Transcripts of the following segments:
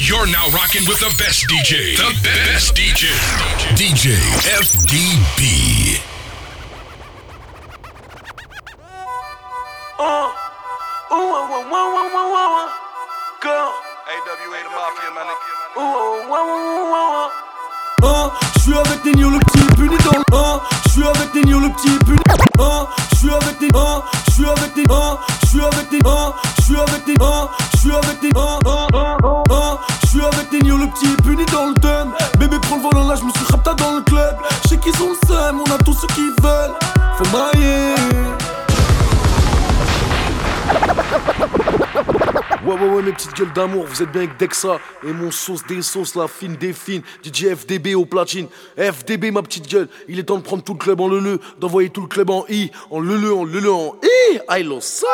You're now rocking with the best DJ. The best DJ. DJ FDB. Go. AWA the Mafia, my nigga. J'suis avec des nions, le petit puni dans le j'suis avec des nions, le petit puni j'suis avec des j'suis avec des j'suis avec des j'suis avec des j'suis avec des j'suis avec des nions, le petit puni dans le thème. Bébé prends le volant là, j'me suis rapta dans le club. J'sais qu'ils ont le seum, on a tout ce qu'ils veulent. Faut mailler. Ouais, mes petites gueules d'amour, vous êtes bien avec Dexa et mon sauce des sauces, la fine des fines, DJ FDB au platine. FDB, ma petite gueule, il est temps de prendre tout le club en le, d'envoyer tout le club en I, en le, en I, I love ça.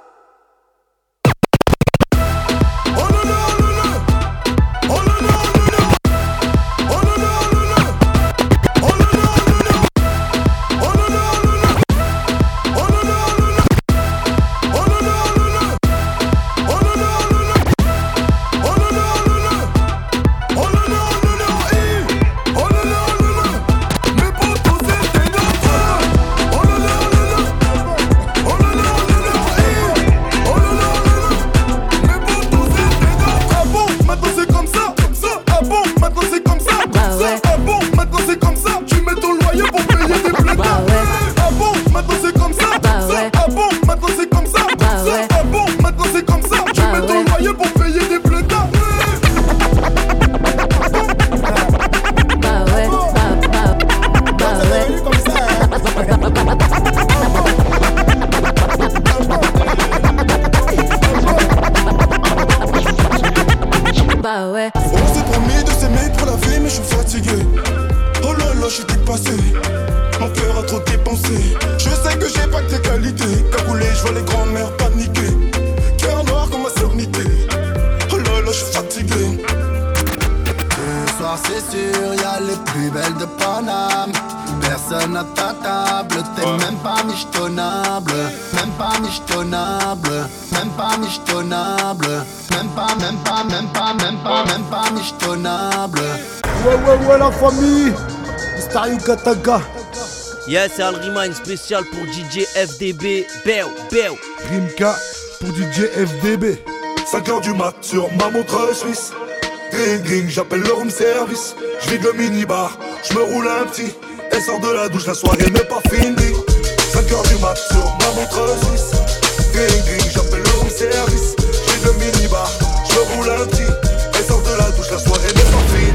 Ouais la famille, Mr. Yukataga. Yes, c'est Al-Rima, une spéciale pour DJ FDB. Béo. Rimka pour DJ FDB. 5h du mat sur ma montre suisse. Dring, j'appelle le room service. J'vide le minibar, j'me roule un petit. Elle sort de la douche, la soirée n'est pas finie. 5h du mat sur ma montre suisse. Dring, j'appelle le room service. J'vide le minibar, j'me roule un petit. Elle sort de la douche, la soirée n'est pas finie.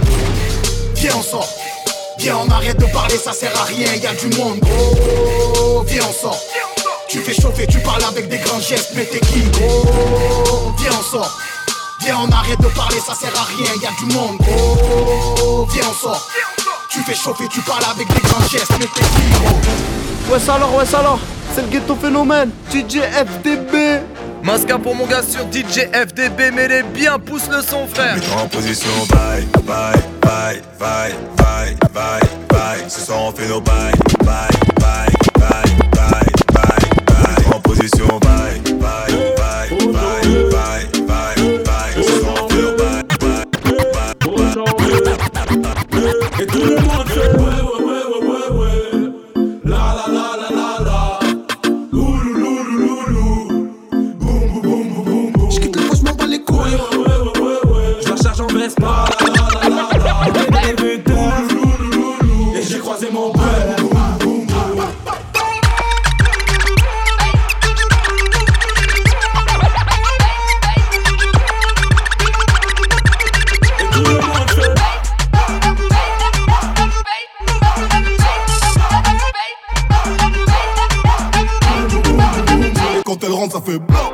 Viens on sort, viens on arrête de parler, ça sert à rien, y'a du monde. Oh, viens on sort, tu fais chauffer, tu parles avec des grands gestes, mais t'es qui? Oh, viens on sort, viens on arrête de parler, ça sert à rien, y'a du monde. Oh, viens on sort, tu fais chauffer, tu parles avec des grands gestes, mais t'es qui? Ouais alors, c'est le ghetto phénomène, DJ FDB. Masca pour mon gars sur DJ FDB, mais les bien, pousse le son frère. En position bye. Ce soir on fait nos bye. En position bye. Ce soir on fait nos bye. Et tout le monde fait ouais. La. J'quitte le poste, j'm'en bats les couilles. J'la charge en Vespa. Et j'ai croisé mon père. Et quand elle rentre ça fait bla.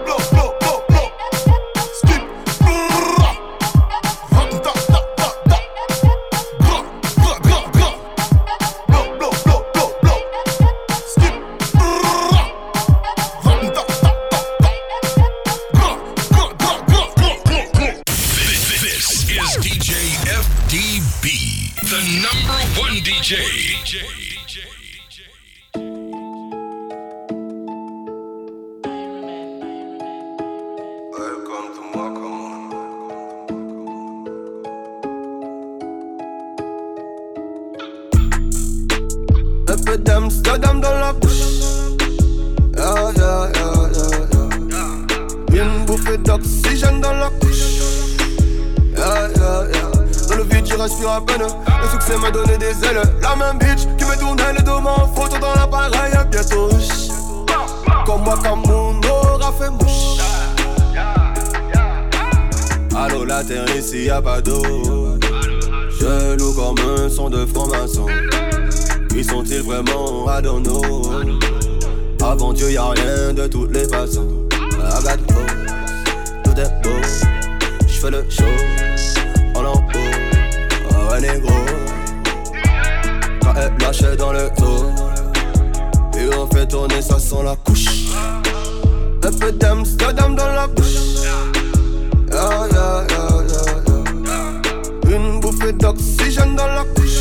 Skip. Skip. This is DJ FDB, the number one DJ. Welcome to my command. peu d'Amsterdam dans la bouche. Une bouffée d'oxygène dans la couche. Dans le vide, j'y respire à peine. Le succès m'a donné des ailes. La même bitch qui me tournait le dos en photo dans l'appareil. Bientôt, comme moi, comme mon aura fait mouche. Allô, la terre ici, y'a pas d'eau. Je loue comme un son de franc-maçon. Qui sont-ils vraiment? I don't know. Avant Dieu, y'a rien de toutes les façons. I got pose, tout est beau. J'fais le show, en haut. Oh, un négro. Quand elle lâche dans le dos. Et on fait tourner, ça sent la couche. Un peu d'Amsterdam dans la bouche. Une bouffée d'oxygène dans la couche.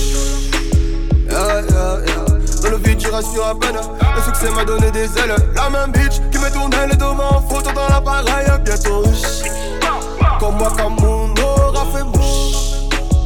Dans le vide, j'y respire à peine. Le succès m'a donné des ailes. La même bitch qui me tournait le dos en photo dans l'appareil. Bientôt, comme moi, comme mon aura fait mouche.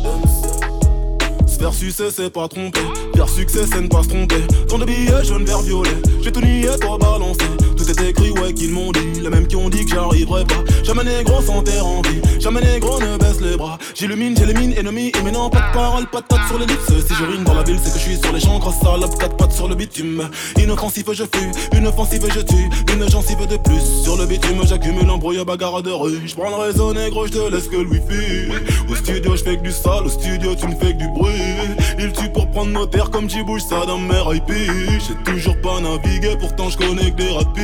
Se faire sucer, c'est pas tromper. Faire succès, c'est ne pas se tromper. Tant de billets jaune, vert, violet. J'ai tout nié, toi balancé. Tout est écrit, ouais, qu'ils m'ont dit. Les mêmes qui ont dit que j'arriverai pas. Jamais négro sans terre en vie. Jamais négro ne baisse les bras. J'illumine, j'élimine, ennemi. Et maintenant, pas de parole, pas de tête sur l'ellipse. Si je rime dans la ville, c'est que je suis sur les champs. Grâce à la 4 pattes sur le bitume. Inoffensif, je fuis. Une offensive, je tue. Une gencive de plus. Sur le bitume, j'accumule embrouille, bagarre de rue. J'prends le réseau négro, j'te laisse que le wifi. Au studio, j'fais que du sale. Au studio, tu me fais que du bruit. Il tue pour prendre nos terres comme j'y bouge ça dans mes IP. J'ai toujours pas navigué, pourtant j'connais que des rapides.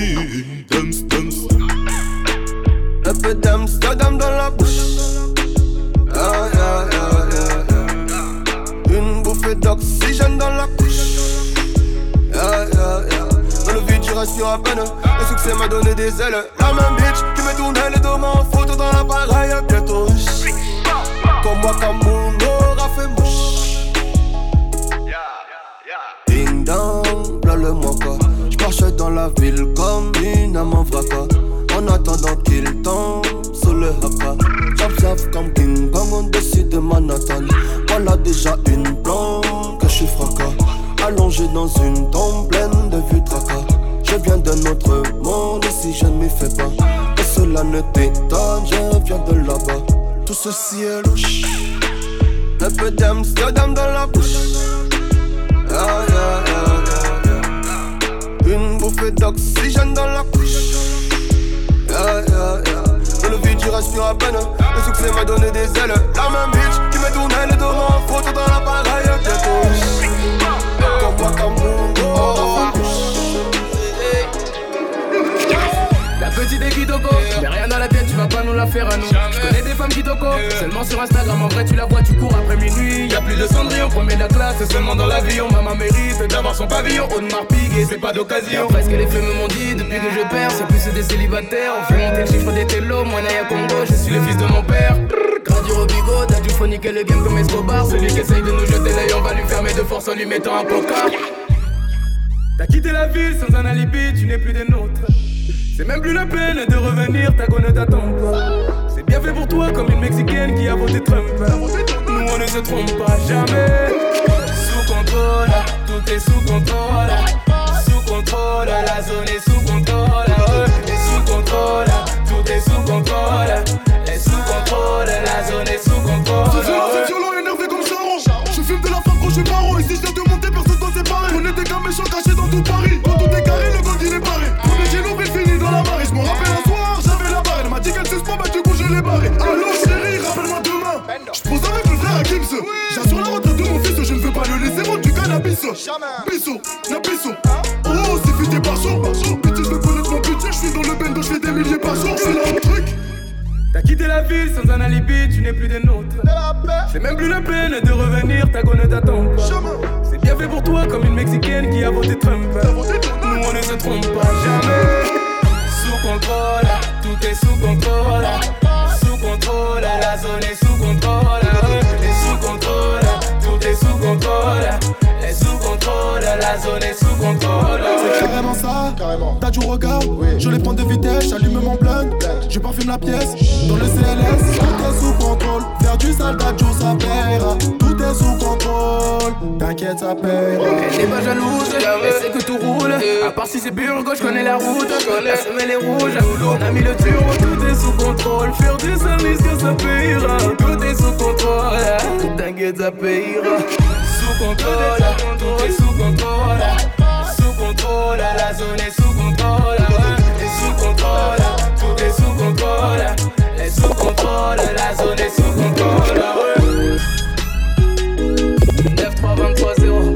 Un peu d'Amsterdam dans la bouche. Une bouffée d'oxygène dans la couche. Dans le vide, j'y respire à peine. Le succès m'a donné des ailes. La même bitch qui me tournait le dos en photo dans l'appareil. Bientôt, comme moi, comme mon aura fait mouche. Ding dong, là le moi quoi. J'marche dans la ville comme une âme en fracas. En attendant qu'il tombe sur le haka. J'observe comme King Kong au-dessus de Manhattan. Voilà déjà une plante que je suis fracas. Allongé dans une tombe pleine de vues tracas. Je viens d'un autre monde ici je ne m'y fais pas. Et cela ne t'étonne, je viens de là-bas. Tout ceci est louche. Un peu d'Amsterdam dans la bouche. Une bouffée d'oxygène dans la couche. Dans le vide, j'y respire à peine. Le succès m'a donné des ailes. La même bitch qui me tournait le dos en photo dans l'appareil. Bientôt, comme moi, comme mon aura fait mouche. La petite est Kitoko, mais rien dans la tête, tu vas pas nous la faire à nous. Je connais des femmes Kitoko, seulement sur Instagram, en vrai tu la vois, tu cours après minuit. Y'a plus de Cendrillon, premier de la classe, c'est seulement dans l'avion. Maman mérite d'avoir son pavillon, Audemars Piguet, c'est pas d'occasion. Presque les femmes m'ont dit, depuis que je perds, c'est plus des célibataires. On fait monter le chiffre des télos, moi Naya Congo, je suis le fils de mon père. Grandi Robigo, t'as dû phoniquer le game comme Escobar. Celui qui essaye de nous jeter l'œil, on va lui fermer de force en lui mettant un placard. T'as quitté la ville sans un alibi, tu n'es plus des nôtres. C'est même plus la peine de revenir, ta go ne t'attend pas. C'est bien fait pour toi comme une Mexicaine qui a voté Trump. Nous on ne se trompe pas jamais. Sous contrôle, tout est sous contrôle. Sous contrôle, la zone est sous contrôle. Et sous contrôle, tout est sous contrôle. Et sous contrôle, la zone est sous contrôle. C'est violent, énervé comme Charon. Je fume de la femme quand je suis paro. Et si je viens de monter, personne doit séparer. On était qu'un méchant caché dans tout Paris. Quand tout est carré, le gold il est barré. J'ai l'ouvert fini dans la marée, je m'en rappelle un soir, j'avais la barre, elle m'a dit qu'elle suspend, bah du coup je l'ai barré. Allô chérie, rappelle-moi demain, je pose avec le frère à Gims. J'assure la retraite de mon fils, je ne veux pas le laisser vendre du cannabis. Bisso, na bisso, oh c'est futé par jour. Putain je veux connaître mon budget, je suis dans le bendo, je fais des milliers par jour, c'est là mon truc. T'as quitté la ville sans un alibi, tu n'es plus des nôtres. C'est même plus la peine de revenir, ta go ne t'attend pas. C'est bien fait pour toi comme une Mexicaine qui a voté Trump. Nous on ne se trompe pas jamais. Sous contrôle, tout est sous contrôle. Sous contrôle, la zone est sous contrôle. Et sous contrôle, tout est sous contrôle. Et sous contrôle, la zone est sous contrôle. C'est carrément ça, t'as du regard, je les prends de vitesse, j'allume mon blunt, je parfume la pièce, dans le CLS, tout est sous contrôle, faire du sale d'adjo ça paiera, tout est sous contrôle, t'inquiète, ça paye. Elle n'est pas jalouse, elle sait que tout roule. À part si c'est Burgo, je connais la route. La semelle est rouge, on a mis le turbo, tout est sous contrôle. Faire du service que ça payera. Tout est sous contrôle, t'inquiète, ça payera. Sous contrôle, tout est sous contrôle. Sous contrôle, la zone est sous contrôle. Et sous contrôle, tout est sous contrôle. Et sous contrôle, la zone est sous contrôle. 9-3-23-0.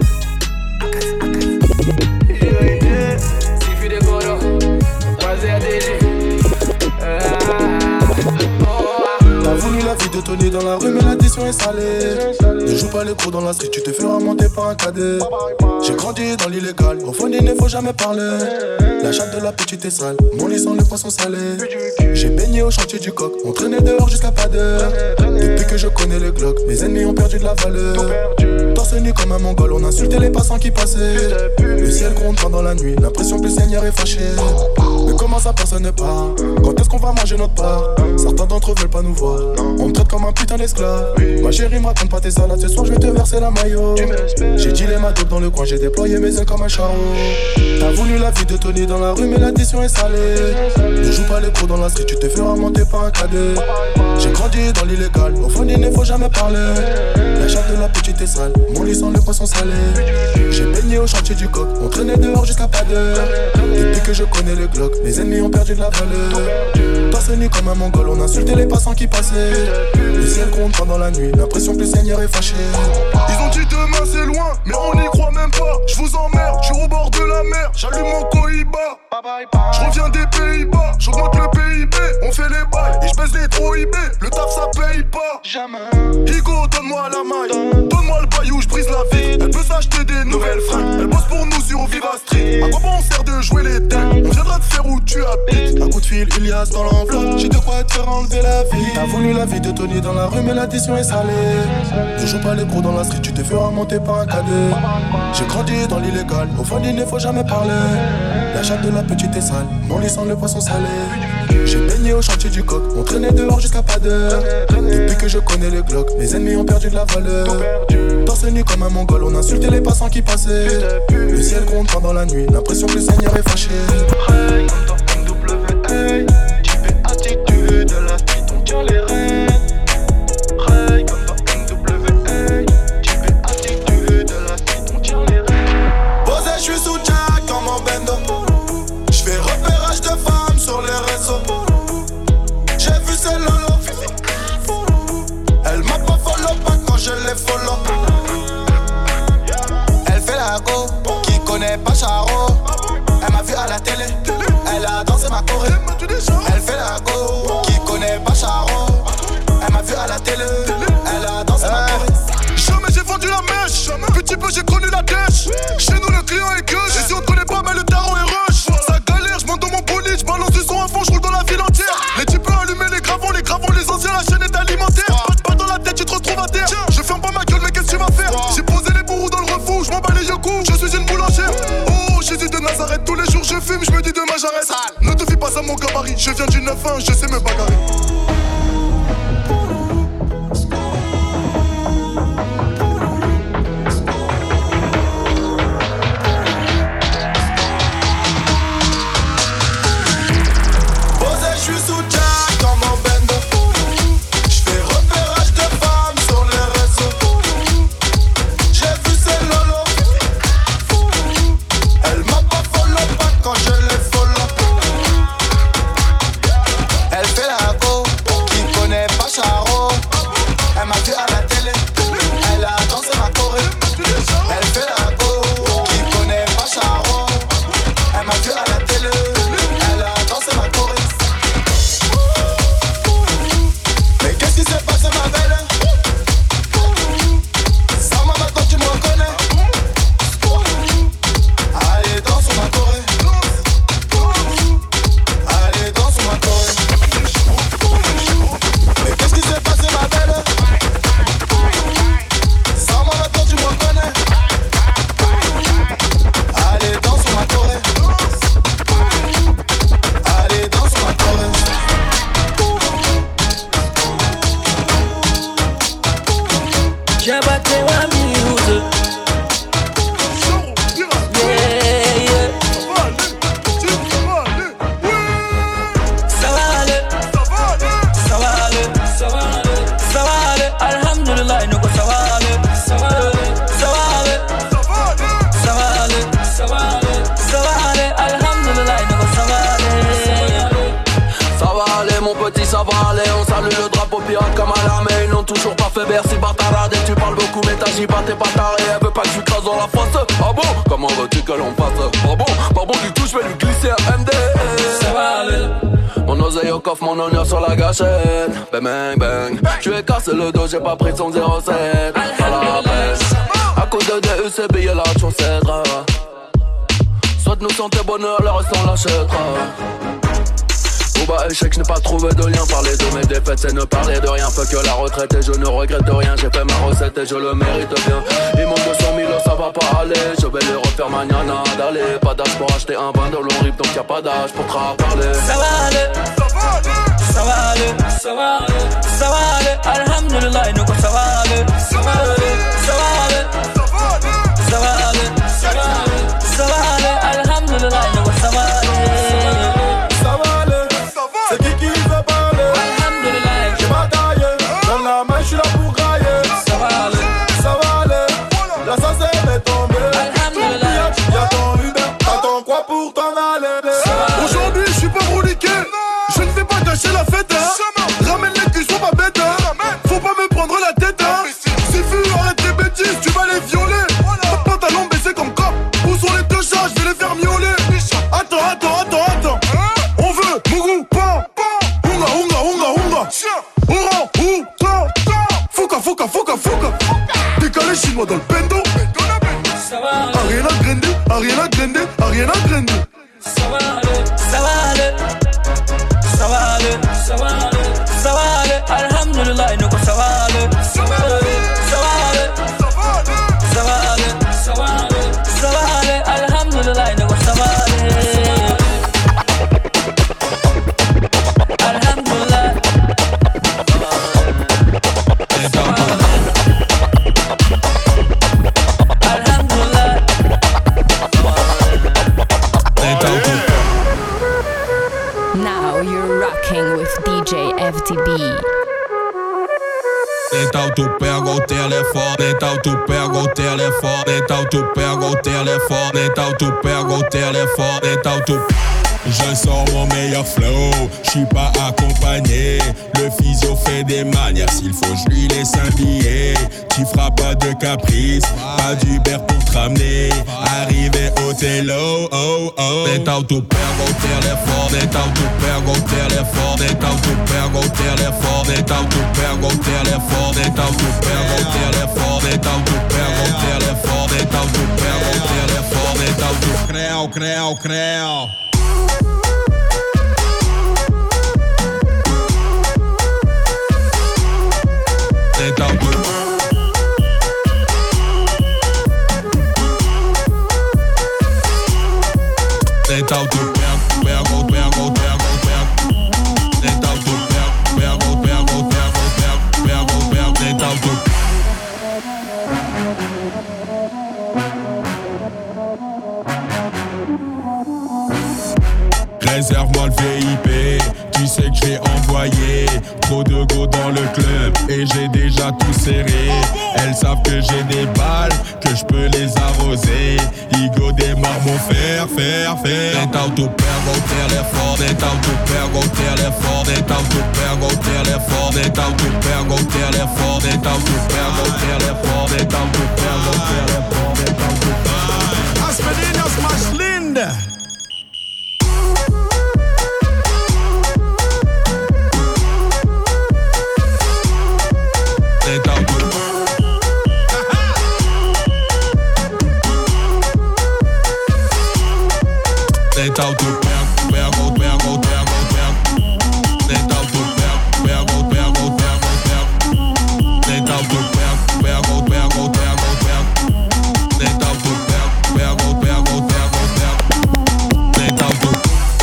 Sifu de Goro, croisé à DG. T'as voulu la vie de Tony dans la rue, mais l'addition est salée. Ne joue pas les gros dans la street, tu te feras monter par un cadet. J'ai grandi dans l'illégal, au fond il ne faut jamais parler. La chatte de la petite est sale, mon lit sent le poisson salé. J'ai baigné au chantier du coq, on traînait dehors jusqu'à pas d'heure. Depuis que je connais les Glock, mes ennemis ont perdu de la valeur. Torse nu comme un mongol, on insultait les passants qui passaient. Le ciel gronde pendant la nuit, l'impression que le Seigneur est fâché. Mais comment ça personne ne part? Quand est-ce qu'on va manger notre part? Certains d'entre eux veulent pas nous voir, on me traite comme un putain d'esclave. Ma chérie me raconte pas tes salades, ce soir je vais te verser la maillot. J'ai dilé ma dope dans le coin, j'ai déployé mes ailes comme un charreau. T'as voulu la vie de Tony dans la rue, mais l'addition est salée. Ne joue pas les gros dans la street, tu te feras monter par un cadet. J'ai grandi dans l'illégal, au fond il ne faut jamais parler. La chatte de la petite est sale, mon lit sent le poisson salé. J'ai baigné au chantier du coq, on traînait dehors jusqu'à pas d'heure. Depuis que je connais les Glock, mes ennemis ont perdu de la valeur. Torse nu comme un mongol, on insultait les passants qui passaient. Le ciel gronde pendant la nuit, l'impression que le Seigneur est fâché. Ils ont dit demain c'est loin, mais on n'y croit même pas. Je vous emmerde, je suis au bord de la mer, j'allume mon Cohiba. Je reviens des Pays-Bas, j'augmente le PIB, on fait les bails et je baisse les trop IB. Le taf ça paye pas. Jamais. Higo, donne-moi la maille, donne-moi le baillou, je brise la vie. Elle peut s'acheter des nouvelles fringues, elle bosse pour nous sur Viva Street. À quoi bon on sert de jouer les têtes? On viendra te faire où tu habites. Un coup de fil, Ilias dans l'enveloppe, j'ai de quoi te faire enlever la vie. T'as voulu la vie de Tony dans la rue, mais l'addition est salée. Ne joue pas les gros dans la street, tu te feras monter par un cadet. J'ai grandi dans l'illégal, au fond il ne faut jamais parler. La chatte de la petite est sale, mon lit sent le poisson salé. J'ai baigné au chantier du coq, on traînait dehors jusqu'à pas d'heure. Depuis que je connais les Glock, mes ennemis ont perdu de la valeur. Torse nu comme un mongol, on insultait les passants qui passaient. Le ciel gronde pendant la nuit, l'impression que le Seigneur est fâché. Hey, comme dans NWA, type attitude de la street, on tient les rênes. Hey, comme dans NWA, type attitude de la street, on tient les rênes. Posé, je suis sous Jack dans mon bendo. J'fais repérage de femmes sur les réseaux. J'ai vu ces lolo. Elle m'a pas follow pas quand je les follow. Elle fait la go, qui connaît pas Charo. Elle m'a vu à la télé, elle a dansé ma choré. Elle fait la go, qui connaît pas Charo. Elle m'a vu à la télé, elle a dansé ma choré. Jamais j'ai vendu la mèche, petit peu j'ai connu la dèche. Chez nous le client est gueule, et si on connaît pas mais le tarot est rush. Ça galère, je monte dans mon bolide, je balance du son à fond, je roule dans la ville entière. Les types allumer les gravons, les anciens, la chaîne est alimentaire. Pas dans la tête, tu te retrouves à terre. Je ferme pas ma gueule, mais qu'est-ce que tu vas faire? J'ai posé les bourreaux dans le refour, je m'en bats les yeux, je suis une boulangère. Oh, Jésus de Nazareth, tous les jours je fume, je me dis demain j'arrête. Ne te fie pas à mon gabarit, je viens du 9-1, je sais me bagarrer. toujours pas fait Bercy Batarade. Et tu parles beaucoup mais t'agis pas, t'es pas taré. Elle veut pas que je lui crase dans la face. Ah bon? Comment veux-tu que l'on fasse? Ah bon du tout, je vais lui glisser un MD. Ça va aller. Mon oseille au coffre, mon honneur sur la gâchette. Bang bang bang. Je lui ai cassé le dos, j'ai pas pris son 07. À la peine. À cause de DEC, billet là, tu cèdera. Soit nous santé bonheur, le reste on l'achètera. Bah échec, je n'ai pas trouvé de lien. Parler de mes défaites, c'est ne parler de rien. Fait que la retraite et je ne regrette rien. J'ai fait ma recette et je le mérite bien. Il manque 200 000, ça va pas aller. Je vais les refaire mañana d'aller. Pas d'âge pour acheter un vin de long rip, donc y'a pas d'âge pour te parler. Ça va aller, ça va aller, ça va aller, ça va aller. Alhamdulillah, nous ça va aller, ça va aller, ça va aller, ça va aller, ça va aller, ça va aller. Alhamdulillah, nous ça va aller. C'est qui veut parler? Alhamdulillah. J'ai bataillé, dans la main j'suis là pour grailler. Ça va aller, ça va aller. La sauce est tombée. Alhamdulillah. Y'a ton Uber, t'attends quoi pour t'en aller? Aujourd'hui j'suis pas broliqué. Je ne vais pas gâcher la fête hein. Ramène les culs, sois pas bête hein. Faut pas me prendre la tête hein. Si tu arrête tes bêtises, tu vas les violer. Pantalon baissé comme cop. Où sont les deux chats, je vais les faire miauler. Attends. On veut Mougou, pan. Unga. Oran, Fouka. Décalé chinois dans le bendo. Ariana Grande. Ça va aller, ça va aller, ça va aller, ça va aller, ça va aller. Alhamdulillah, nous ça va aller, ça va aller, ça va aller, ça va aller, ça va aller, ça va aller. Alhamdulillah, nous ça va aller. Alhamdulillah. Now you're rocking with DJ FDB. Então tu pega o telefone, então tu pega o telefone, então tu pega o telefone, então tu pega o telefone, então tu... Je sors mon meilleur flow, j'suis pas accompagné. Le physio fait des manières, s'il faut j'lui laisse un billet. Tu feras pas de caprice, pas d'Uber pour te ramener. Arrivé au télo, oh. Então tu pega o telefone, então tu pega o telefone, então tu pega o telefone, então tu pega o telefone, então tu pega o telefone, então tu pega o telefone, então tu pega o telefone, então tu creu. Então tu Então tu pega o Então tu pega o Então tu Réserve-moi le VIP, tu sais que j'ai envoyé trop de go dans le club et j'ai déjà tout serré. Elles savent que j'ai des balles, que je peux les arroser. Igo démarre mon fer. Então tu pega o telefone, então tu pega o telefone, então tu pega o telefone, então tu pega o telefone, então tu pega o telefone, então tu pega o telefone, então tu pega. As meninas mais lindas. Então tu Então tu pega o Então tu pega o Então tu pega o Então tu pega o Então tu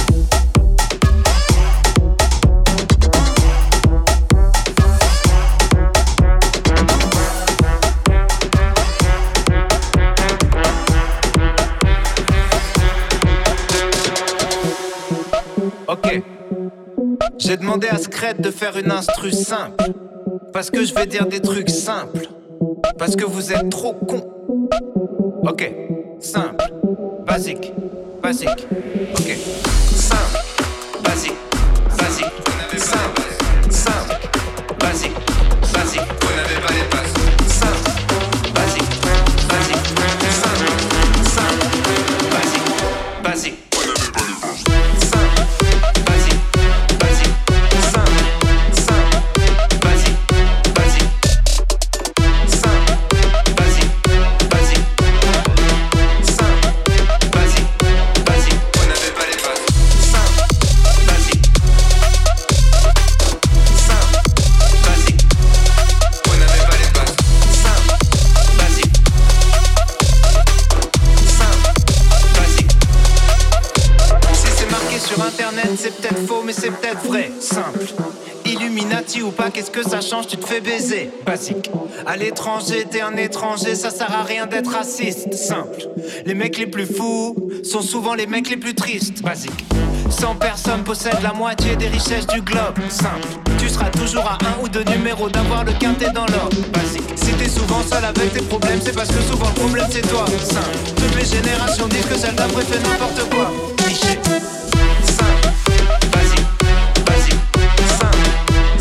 Ok, j'ai demandé à Scred de faire une instru simple. Parce que je vais dire des trucs simples. Parce que vous êtes trop cons. Ok, simple, basique. Ok, simple, basique. Simple, basique. internet, c'est peut-être faux, mais c'est peut-être vrai. Simple. Illuminati ou pas, qu'est-ce que ça change? Tu te fais baiser. Basique. À l'étranger, t'es un étranger, ça sert à rien d'être raciste. Simple. Les mecs les plus fous sont souvent les mecs les plus tristes. Basique. 100 personnes possèdent la moitié des richesses du globe. Simple. Tu seras toujours à 1 ou 2 numéros d'avoir le quintet dans l'ordre. Basique. Si t'es souvent seul avec tes problèmes, c'est parce que souvent le problème c'est toi. Simple. Toutes les générations disent que celle d'après fait n'importe quoi. Cliché. Simple. Basique. Basique. Simple.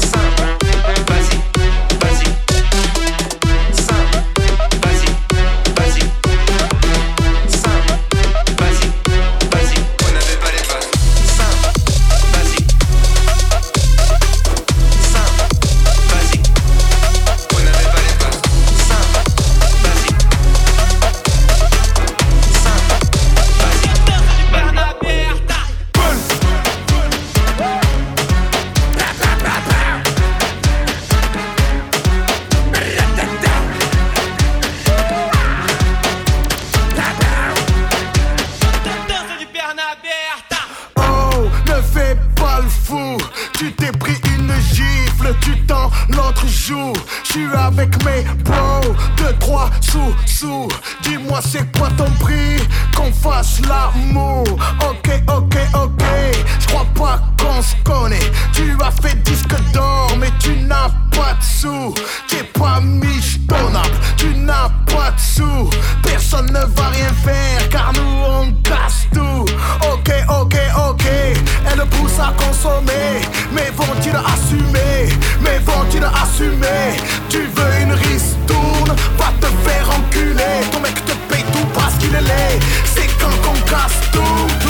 Dis-moi c'est quoi ton prix, qu'on fasse l'amour. Ok, ok, ok, je crois pas qu'on se connaît. Tu as fait disque d'or mais tu n'as pas de sous. T'es pas michetonnable, tu n'as pas de sous. Personne ne va rien faire car nous on casse tout. Ok, ok, ok, elle pousse à consommer. Mais vont-ils assumer, mais vont-ils assumer? Tu veux une ristourne, va te faire enculer. Ton mec te paye tout parce qu'il est laid. C'est quand qu'on casse tout.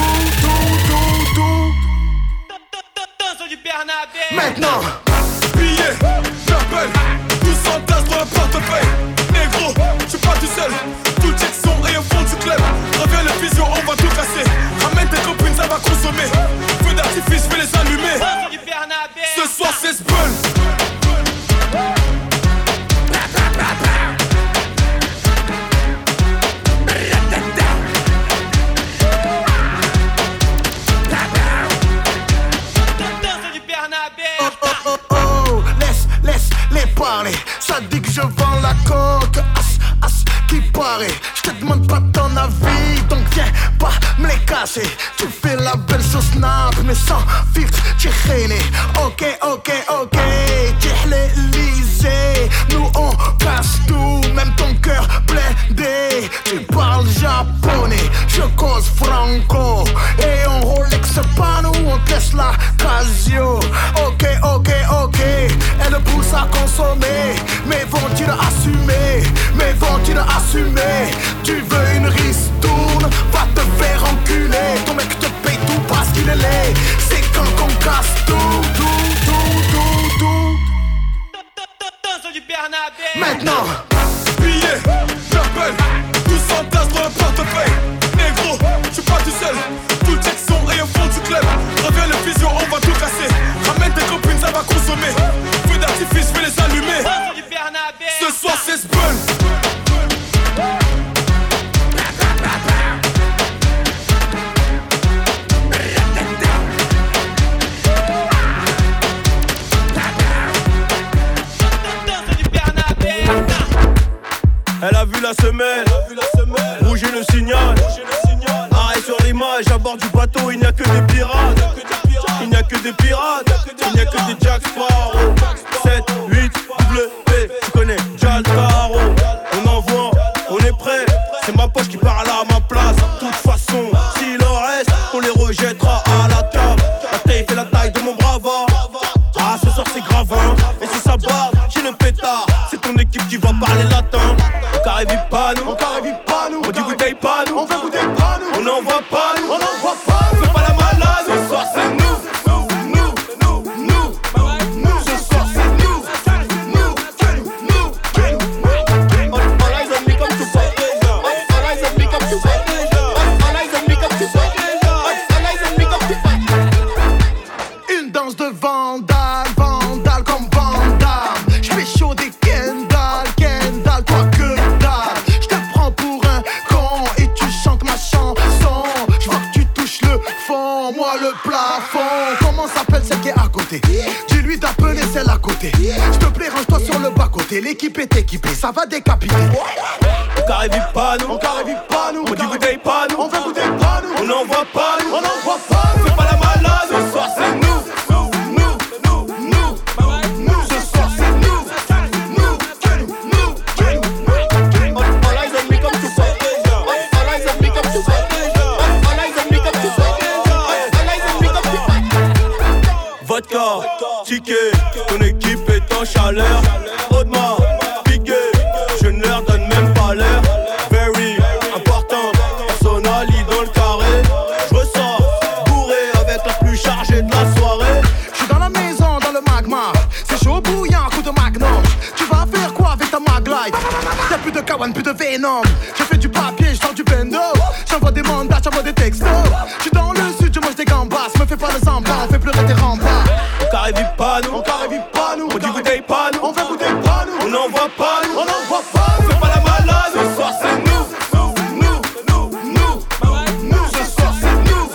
Maintenant, billet, j'appelle, tous en tasse dans le portefeuille. Négro, je suis pas tout seul, tout le Jackson et au fond du club. Reviens le vision, on va tout casser. Ramène tes copines, ça va consommer. Feu d'artifice, je vais les allumer. Ce soir c'est Spun. Parler. Ça dit que je vends la coque, as, qui paraît. Je te demande pas ton avis, donc viens pas me les casser. Tu fais la belle sur Snap, mais sans filtre, tu rené. Ok, ok, ok, tu l'Élysée. Nous on casse tout, même ton cœur blindé. Tu parles japonais, je cause franco. Et on Rolex pas nous, on te laisse la Casio. Ok, ok, ok, elle pousse à consommer. Mais vont-ils assumer, mais vont-ils assumer? Tu veux une ristourne, va te faire enculer. Ton mec te paye tout parce qu'il est laid. C'est quand qu'on casse tout. Maintenant, billet, j'appelle, tous en tasse dans le portefeuille. Négro, je suis pas tout seul, tout le Jackson et au fond du club. Reviens le vision, on va tout casser. Ramène tes copines, ça va consommer. Feu d'artifice, je vais les allumer. Ce soir c'est Spun. Elle a vu la semelle, bouger le signal. Arrêt sur l'image, à bord du bateau, il n'y a que des pirates. Il n'y a que des pirates, il n'y a que des Jack Sparrow. 7, 8, W, tu connais Jack Sparrow. On envoie, on est prêt, c'est ma poche qui parle à ma place. De toute façon, s'il en reste, on les rejettera à la table. La taille fait la taille de mon bravard. Ah, ce soir c'est grave, hein. Et si ça barre, j'ai le pétard. C'est ton équipe qui va parler latin. On carré pas nous, on dit bouteille pas nous, on veut bouteille pas nous, on n'envoie pas nous, on n'envoie pas nous. Fais pas la malade, ce soir c'est nous. Ce soir c'est nous. All eyes on me comme tu sais. All eyes on me comme tu sais. All eyes on me comme tu sais. All eyes on me comme tu sais. Une danse de vandale, vandale comme Van Damme. J'fais chaud des Kendall, toi que dalle. J'te prends pour côté. S'il te plaît, range-toi sur le bas-côté. L'équipe est équipée, ça va décapiter. On carré vite pas nous, on carré vite pas nous. On dit bouteille pas nous, on fait bouteille pas nous. On n'envoie pas nous, on n'envoie pas nous. C'est pas la malade, ce soir c'est nous. Vodka, ticket, ton équipe est en chaleur. Audemars, piqué, je ne leur donne même pas l'heure. Very important, personally dans le carré. Je ressors, bourré avec la plus chargée de la soirée. Je suis dans la maison, dans le magma. C'est chaud bouillant, coup de magnum. Tu vas faire quoi avec ta maglite? Y'a plus de kawan, plus de venom. Je fais du papier, je sors du bendo. J'envoie des mandats, j'envoie des textos. Je suis dans le sud, je mange des gambas. Me fais pas le samba, on fait pleurer tes remparts. On carré vite pas nous, on carré vite pas nous. On dit bouteille pas nous, on fait bouteille pas nous. On n'envoie pas nous, on n'envoie pas nous. C'est pas la malade, ce soir c'est nous. Ce soir c'est nous.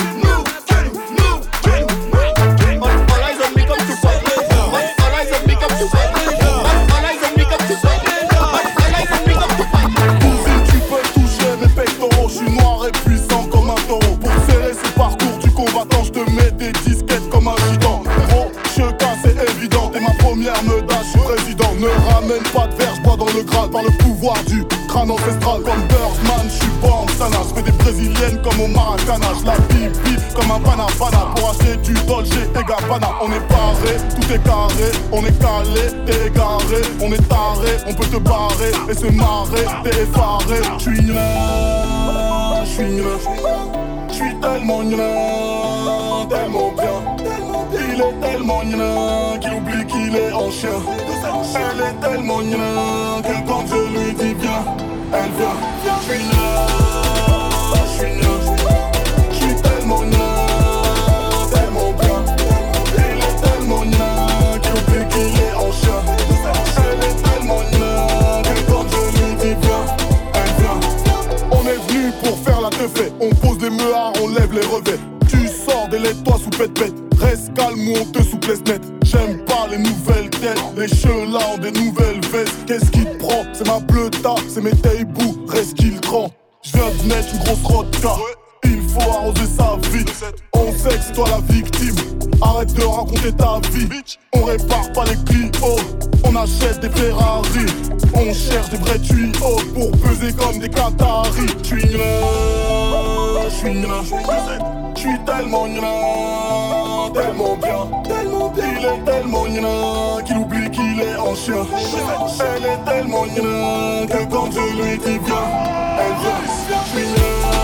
All eyes on me comme tu sais. All eyes on me comme tu sais. All eyes on me comme tu sais. All eyes on me comme tu sais. Cousine, tu peux toucher mes pectoraux. Je suis noir et puissant comme un taureau. Pour serrer ce parcours du combattant, je te mets des disquettes comme un gitan. Gros, je casse, c'est évident. T'es ma première meudage, je suis président. Ne ramène pas de verre, je bois dans le Graal par le pouvoir du crâne ancestral. Comme Birdman, je suis pas en sana. Je fais des brésiliennes comme au Maracana. Je la bip comme un panapana. Pour acheter du Dolce et Gabbana. On est paré, tout est carré. On est calé, t'es égaré. On est taré, on peut te barrer et se marrer. T'es effaré, je suis nul, je suis nul. Je suis tellement nul, tellement bien. Il est tellement nul qu'il oublie qu'il est en chien. Elle est tellement nul que quand je lui dis viens, elle vient. Je suis nul, je suis nul. Je suis tellement nul, tellement bien. Il est tellement nul qu'il oublie qu'il est en chien. Elle est tellement nul que quand je lui dis viens, elle vient. On est venu pour faire la teufée. On pose des meuhards, on lève les revêts. Tu sors des laits-toi sous pète-pète. Reste calme ou on te souplesse net. J'aime pas les nouvelles têtes. Les cheveux là ont des nouvelles vestes. Qu'est-ce qui te prend? C'est ma bleuta, c'est mes taibous. Reste qu'il trempe. J'viens de mettre une grosse rodka. Il faut arroser sa vie. On sait que c'est toi la victime. Arrête de raconter ta vie. On répare pas les Clio. On achète des Ferrari. On cherche des vrais tuyaux pour peser comme des Qataris. J'suis nul, j'suis nul. J'suis tellement nul, tellement bien. Il est tellement nul qu'il oublie qu'il est en chien. Elle est tellement nul que quand je lui dis viens, elle vient. J'suis nul,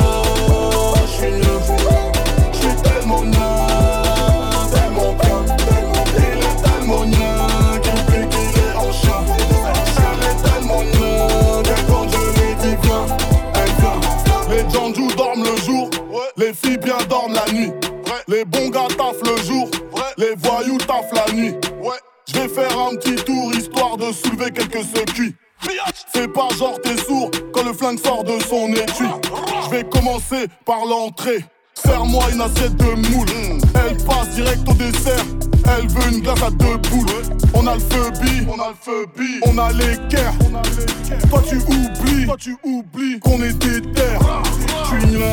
j'suis nul. J'suis tellement nul, tellement bien. Il est tellement nul qu'il oublie qu'il est en chien. Elle est tellement nul que quand je lui dis viens, elle vient. Les Janjou dorment le jour, les filles bien dorment la nuit. Les bons gars taffent le jour, les voyous taffent la nuit. Je vais faire un petit tour histoire de soulever quelques circuits. Fais pas genre t'es sourd quand le flingue sort de son étui. Je vais commencer par l'entrée. Serre-moi une assiette de moule. Elle passe direct au dessert. Elle veut une glace à 2 boules. On a le feu bi, on a l'équerre. Toi tu oublies qu'on est des terres. J'suis nul,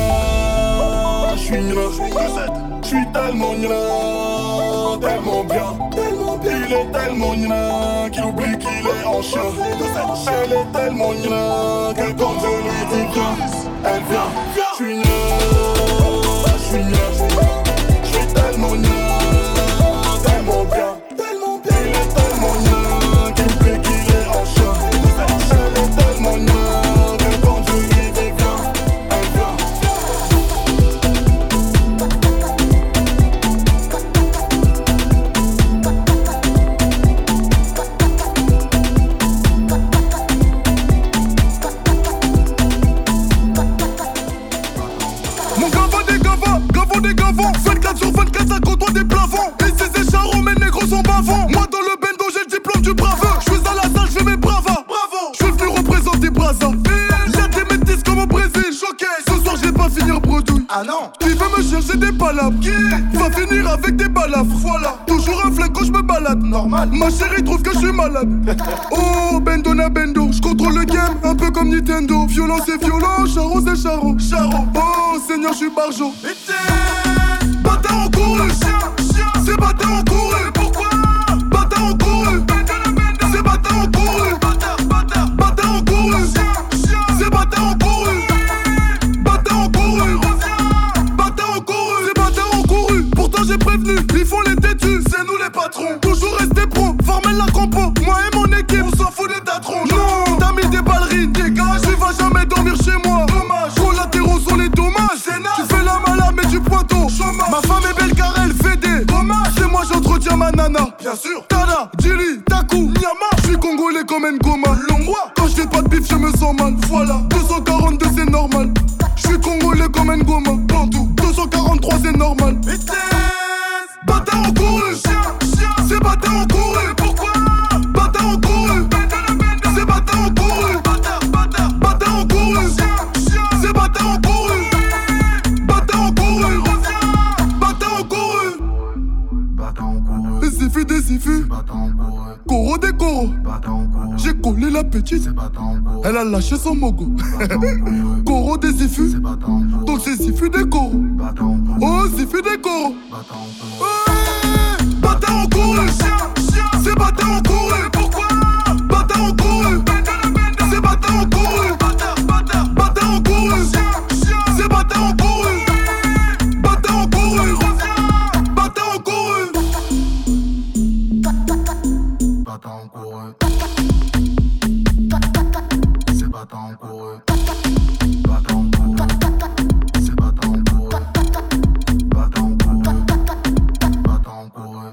j'suis nul. J'suis tellement nul, tellement bien. Il est tellement nul qu'il oublie qu'il est en chien. Elle est tellement nul que quand je lui dis viens, elle vient. J'suis nul, j'suis nul. J'suis tellement nul, tellement bien. Il est tellement nul qu'il oublie qu'il est en chien. Elle est tellement nul que quand je lui dis viens, elle vient. Ah non. Qui veut me chercher des palabres? Qui va finir avec des balafres? Voilà. Toujours un flingue quand je me balade. Normal. Ma chérie trouve que je suis malade. Oh, bendo na bendo. Je contrôle le game, un peu comme Nintendo. Violent c'est violent, charo c'est charo. Charo. Oh, Seigneur, je suis barjo. Bâtard en couru. C'est bâtard en couru. Pourquoi? Bâtard en couru. C'est bâtard en couru. Bâtard en couru. C'est bâtard en couru. Bâtard en couru. Bâtard en couru. C'est bâtard en couru. Pourtant j'ai prévenu, ils font les têtus. C'est nous les patrons. Toujours rester pro, former la compo. Moi et mon équipe, on s'en fout des tatrons. Non, t'as mis des ballerines, dégage. Tu vas jamais dormir chez moi. Dommage, collatéraux sont les dommages. Tu fais la malade mais du pointeau. Ma femme est belle car elle fait des dommages. C'est moi j'entretiens ma nana. Bien sûr. Tada, Djili, Taku, Nyama. Je suis congolais comme Ngoma. Longwa. Quand je fais pas de bif je me sens mal. Voilà, 242 c'est normal. Je suis congolais comme Ngoma. Bantou, 243 c'est normal. Bâtard en couru. C'est bâtard en couru. Pourquoi? Bâtard en couru. C'est bâtard en couru. Bâtard en couru. C'est bâtard en couru. Bâtard en couru. Bâtard en couru. Des siffus, des siffus. Coro des coros. J'ai collé la petite. Elle a lâché son mogo. Coro des siffus. Donc c'est siffus des coros. Oh, siffus des coros. Bâtard en couru. C'est bâtard en couru. Pourquoi? Bâtard en couru. C'est bâtard en couru. Bâtard en couru. C'est bâtard en couru. Bâtard en couru. Bâtard en couru. Bâtard en couru. C'est bâtard en couru. Bâtard en couru. C'est bâtard en couru. Bâtard en couru. Bâtard en couru.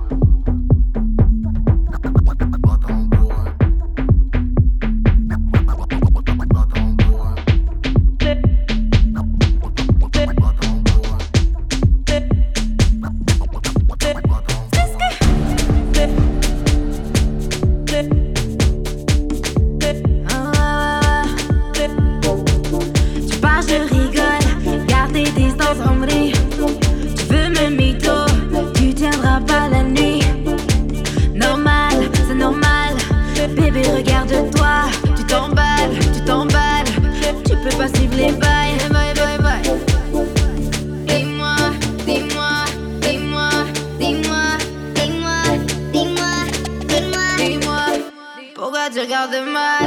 Tu parles, je rigole, garde tes distances en vrai. Tu veux me mytho, tu tiendras pas la nuit. Normal, c'est normal. Bébé, regarde-toi, tu t'emballes, tu peux pas suivre les bails. Bye, bye, bye. Dis-moi, dis-moi, dis-moi, dis-moi, dis-moi, dis-moi, dis-moi, dis-moi. Pourquoi tu regardes mal?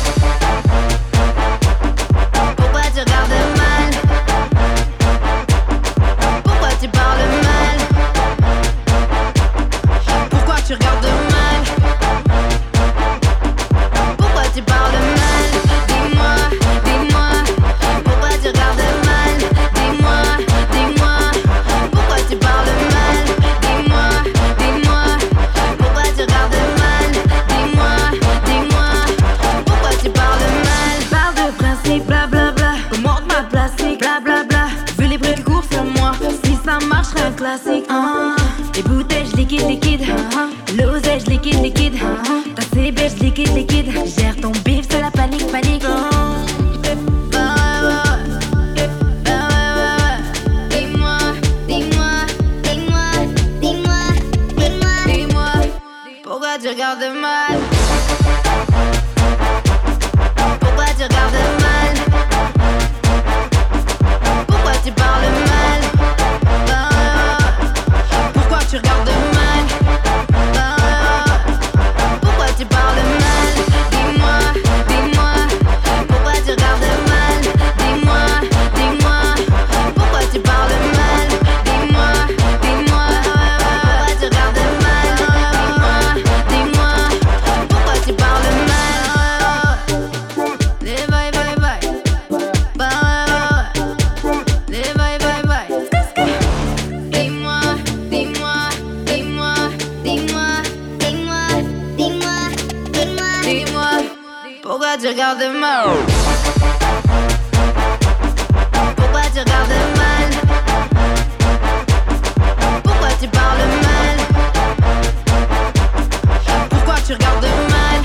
Pourquoi tu regardes mal? Pourquoi tu parles mal? Pourquoi tu regardes mal? Pourquoi tu parles mal? Dis-moi, dis-moi. Pourquoi tu regardes mal? Dis-moi, dis-moi. Pourquoi tu parles mal? Dis-moi, dis-moi. Pourquoi tu regardes mal? Dis-moi, dis-moi. Pourquoi tu parles mal? Parle de principe, blablabla. Commande ma plastique, blablabla. Vu les prix du cours sur moi, si ça marche, serait un classique. Les bouteilles, liquide, liquide. L'oseille, liquide, liquide. Ta CB, liquide, liquide. Gère ton bif, c'est la panique, panique. Dis-moi, dis-moi, dis-moi, dis-moi, dis-moi, dis-moi. Pourquoi tu regardes mal? Pourquoi tu regardes mal? Pourquoi tu parles mal? Pourquoi tu regardes mal? Pourquoi tu parles mal? Dis-moi, dis-moi. Pourquoi tu regardes mal? Dis-moi, dis-moi. Pourquoi tu parles mal? Dis-moi, dis-moi. Pourquoi tu regardes mal? Dis-moi, dis-moi. Pourquoi tu parles mal? Les bye bye bye. Les bye bye bye. Dis-moi, dis-moi, dis-moi, dis-moi, dis-moi, dis-moi, dis-moi, dis-moi. Pourquoi tu regardes mal? Pourquoi tu regardes mal? Pourquoi tu parles mal? Pourquoi tu regardes mal?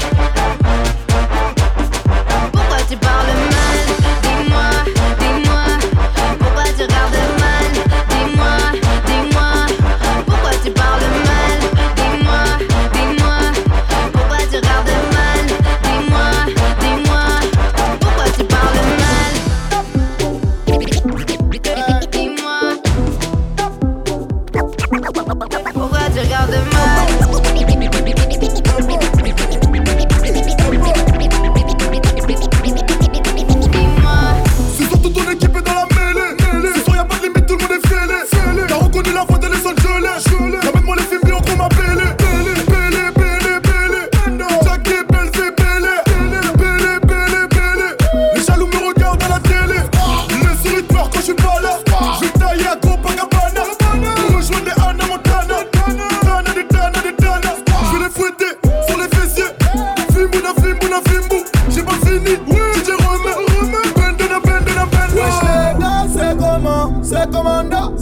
Pourquoi tu parles mal? Dis-moi, dis-moi. Pourquoi tu regardes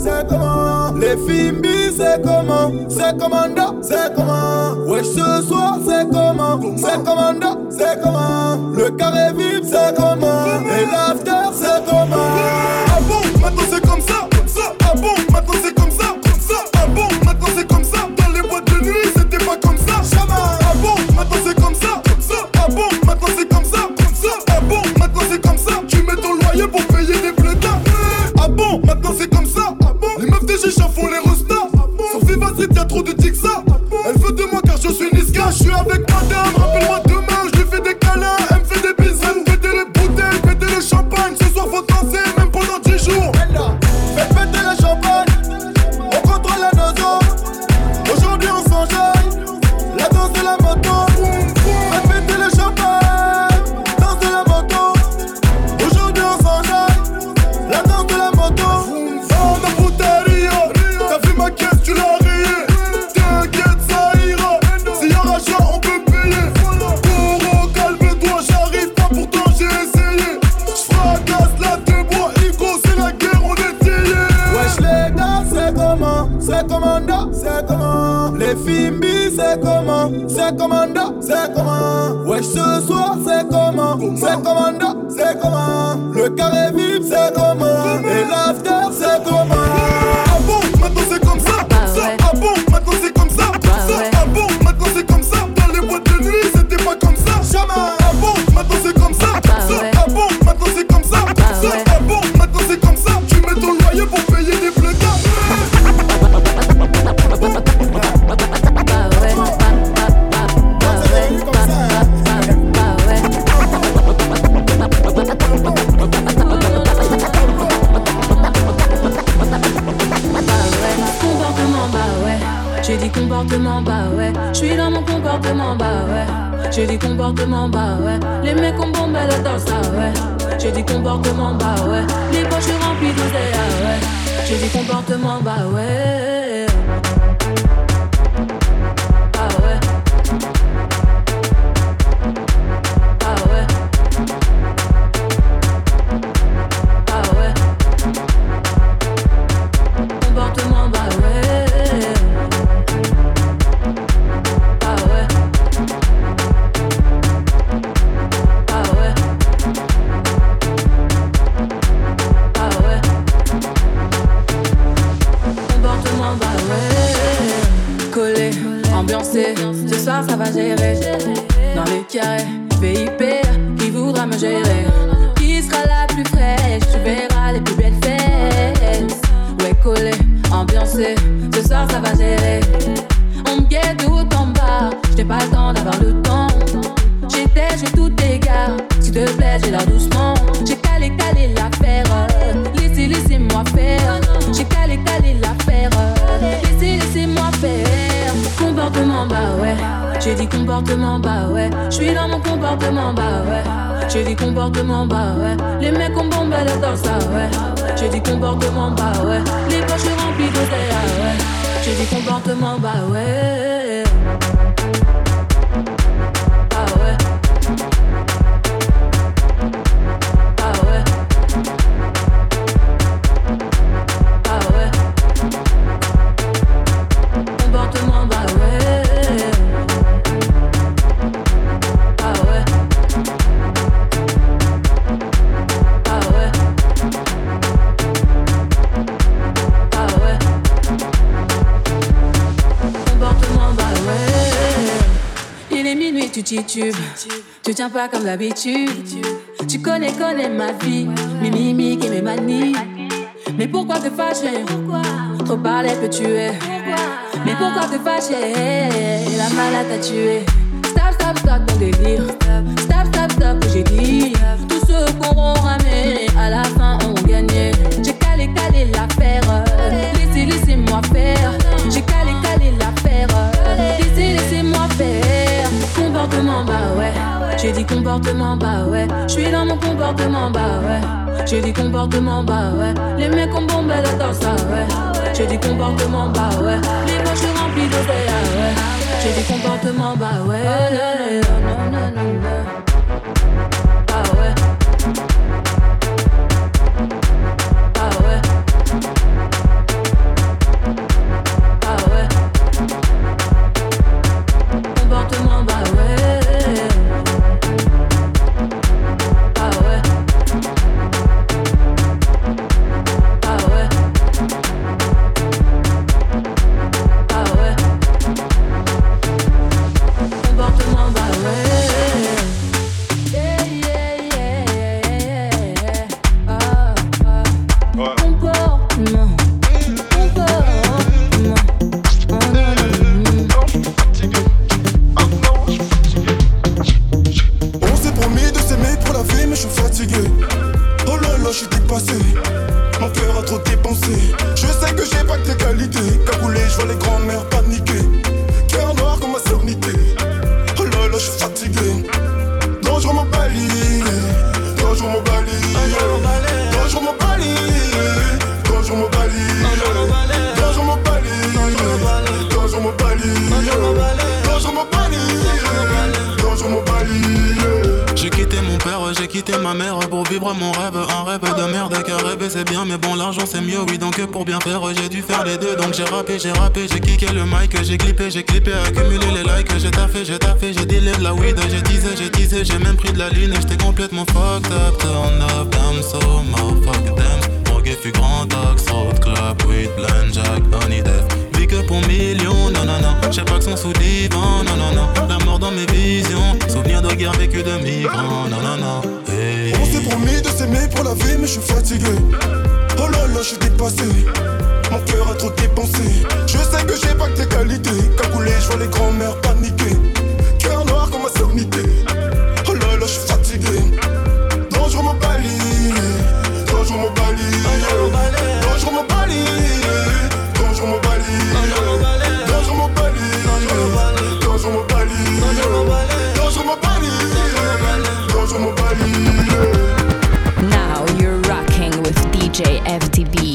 c'est comment? Les Fimbi, c'est comment? C'est commando, c'est comment? Wesh, ce soir, c'est comment? C'est commando, c'est comment? Le carré vif, c'est comment? Et l'after, c'est comment? Ah bon, maintenant c'est comme ça, comme ça. Ah bon, maintenant c'est comme ça, comme ça. Ah bon, maintenant c'est comme ça. Dans les boîtes de nuit, c'était pas comme ça. Jamais. Ah bon, maintenant c'est comme ça, comme ça. Ah bon, maintenant c'est comme ça, comme ça. Ah bon, maintenant c'est comme ça. Tu mets ton loyer pour payer des blédards. Ah bon, maintenant c'est comme ça. Ah bon, les meufs de Chicha font les restas. Sur Viva Street, y'a trop de Tixa. Elle veut de moi car je suis Niska. Je suis avec madame, rappelle-moi demain. Je lui fais des câlins, elle me fait des bisous. Péter les bouteilles, péter le champagne. Ce soir faut danser, même pendant 10 jours. Faites péter le champagne, on contrôle la nozo. Aujourd'hui on s'enjaille, la danse de la moto. Faites péter le champagne, danse de la moto. Aujourd'hui on s'enjaille, la danse de la moto. Oh ma puteria, t'as vu ma caisse, tu l'as rayée. T'inquiète ça ira, s'il y a rachat on peut payer. Goro calme-toi, j'arrive pas pourtant j'ai essayé. J'fracasse la deux bois, Igo c'est la guerre, on est liés. Wesh les gars c'est comment? C'est commando, c'est comment? Les Fimbi c'est comment? C'est commando, c'est comment? Wesh ce soir c'est comment? C'est commando, c'est comment? Le carré vif c'est comment? Et l'after c'est comment? Ah bon, maintenant c'est comme ça, comme ça. Ah bon, maintenant c'est comme ça, comme ça. Ah bon, maintenant c'est comme ça. Dans les boîtes de nuit c'était pas comme ça. Jamais. Ah bon, maintenant c'est comme ça, comme ça. Ah bon, maintenant c'est comme ça, comme ça. Ah bon, maintenant c'est comme ça. Tu mets ton loyer pour payer des blédards. J'ai dit comportement, bah ouais. J'suis dans mon comportement, bah ouais. J'ai dit comportement, bah ouais. Les mecs ont bombé le torse, ah ouais. J'ai dit comportement, bah ouais. Les poches remplies d'oseille, ah ouais. J'ai dit comportement, bah ouais. Ah ouais. Ah ouais. Ah ouais. Comportement, bah ouais. Ce soir ça va gérer. Dans les carrés, VIP, qui voudra me gérer? Qui sera la plus fraîche? Tu verras les plus belles fesses. Ouais, collé, ambiancé. Ce soir ça va gérer. On me guette tout en bas. J'n'ai pas le temps d'avoir le temps. J'ai tout dégâts. S'il te plaît, j'ai l'air doucement. J'ai calé l'affaire. Laissez-moi faire. J'ai calé l'affaire. Laissez-moi faire. Comportement, bah ouais. J'ai dit comportement, bah ouais. J'suis dans mon comportement, bah ouais. J'ai dit comportement, bah ouais. Les mecs ont bombé le torse, ah ouais. J'ai dit comportement, bah ouais. Les poches remplies d'oseille, ah ouais. J'ai dit comportement, bah ouais. Ah ouais. Ah ouais. Ah ouais. Comportement, bah ouais. Ah ouais. Ah ouais. Ah ouais. Comportement, bah ouais. Il est minuit, tu titubes. Tu tiens pas comme d'habitude. Tu connais ma vie. Mes mimiques et mes manies. Mais pourquoi te fâcher? Trop parler peut tuer. Mais pourquoi te fâcher? La malade t'a tué. Stop ton délire. Stop que j'ai dit. Tous ceux qu'auront ramé à la fin auront gagné. J'ai calé l'affaire. Laissez-moi faire. J'ai calé l'affaire. Laissez-moi faire. Comportement, bah ouais. J'ai dit comportement, bah ouais. J'suis dans mon comportement, bah ouais. J'ai dit comportement, bah ouais. Les mecs ont bombé le torse, ah ouais. J'ai dit comportement, bah ouais. Les poches remplies d'oseille, ah ouais. J'ai dit comportement, bah ouais. Ah ouais. Ah ouais. suis dépassé. Mon cœur a trop dépensé. Je sais que j'ai pas que tes qualités. Cagoulé, je vois les grands-mères paniquer. Cœur noir comme ma sernité. Oh là là, je suis fatigué. Dangereux mon bali. Dangereux mon bali. Dangereux mon bali. Dangereux mon bali. Dangereux mon bali. Dangereux mon bali. Dangereux mon bali. Dangereux mon bali. J'ai quitté mon père, j'ai quitté ma mère pour vivre mon rêve, un rêve de merde. Car rêver c'est bien mais bon l'argent c'est mieux, oui. Donc pour bien faire j'ai dû faire les deux. Donc j'ai rappé, j'ai kické le mic. J'ai clippé, accumulé les likes. J'ai taffé, j'ai dealé de la weed. J'ai teasé, j'ai même pris de la ligne. J'étais complètement fucked up, turn up, damn so motherfucker damn. Drogué fut grand axe, road club, weed, blend, jack, honey death. Vie que pour millions, non non non. J'ai pas que son sous divan, non non non. La mort dans mes visions, souvenir de guerre vécue de migrants, non non non. Hey. On s'est promis de s'aimer pour la vie mais je suis fatigué. Oh là là, je suis dépassé. Mon cœur a trop dépensé. Je sais que j'ai pas que tes qualités. Cagoulé, je vois les grands-mères paniquer. Cœur noir comme ma sernité. Oh là là, je suis fatigué. Dangereux mon bali. Dangereux mon bali. Dangereux mon bali. Dangereux mon bali. Dangereux mon bali. Dangereux mon bali. Dangereux mon bali. Dangereux mon bali. Now you're rocking with DJ FDB.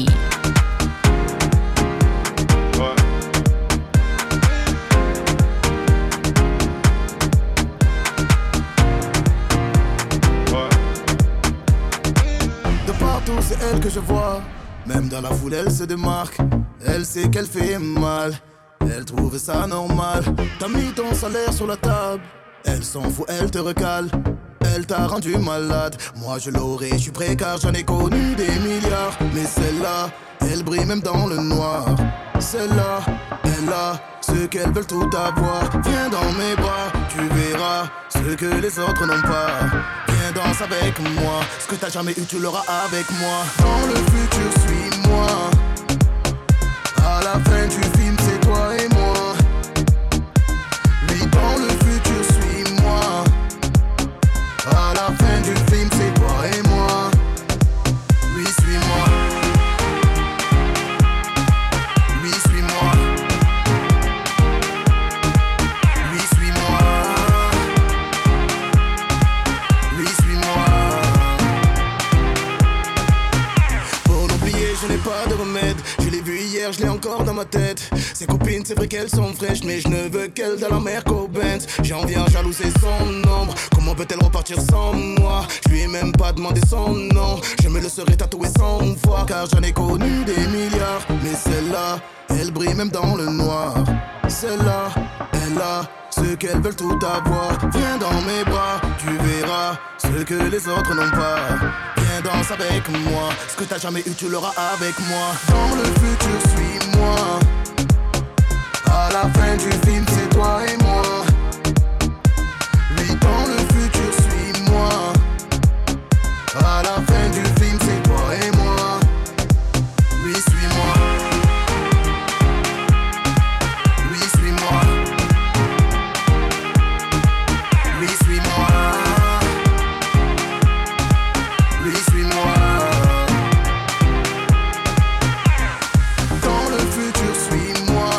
De partout, c'est elle que je vois. Même dans la foule, elle se démarque. Elle sait qu'elle fait mal. Elle trouve ça normal. T'as mis ton salaire sur la table. Elle s'en fout, elle te recale. Elle t'a rendu malade. Moi je l'aurais, je suis prêt car j'en ai connu des milliards. Mais celle-là, elle brille même dans le noir. Celle-là, elle a ce qu'elles veulent tout avoir. Viens dans mes bras, tu verras ce que les autres n'ont pas. Viens danse avec moi, ce que t'as jamais eu tu l'auras avec moi. Dans le futur suis-moi. À la fin du film c'est toi et moi. Oui dans le futur suis-moi. À la fin du film c'est toi et moi. Oui suis-moi. Oui suis-moi. Oui suis-moi. Oui suis-moi. Pour l'oublier je n'ai pas de remède. Je l'ai vu hier, je l'ai encore dans ma tête. Ses copines, c'est vrai qu'elles sont fraîches, mais je ne veux qu'elle dans la mer qu'au Benz. J'en viens jalouser son ombre. Comment peut-elle repartir sans moi? Je lui ai même pas demandé son nom. Je me le serais tatoué 100 fois, car j'en ai connu des milliards. Mais celle-là, elle brille même dans le noir. Celle-là, elle a ce qu'elles veulent tout avoir. Viens dans mes bras, tu verras ce que les autres n'ont pas. Viens danse avec moi, ce que t'as jamais eu tu l'auras avec moi. Dans le futur suis-moi. À la fin du film c'est toi et moi. Oui dans le futur suis-moi. À la fin du film c'est toi et moi. Oui suis-moi. Oui suis-moi. Oui suis-moi. Oui suis-moi. Dans le futur suis-moi.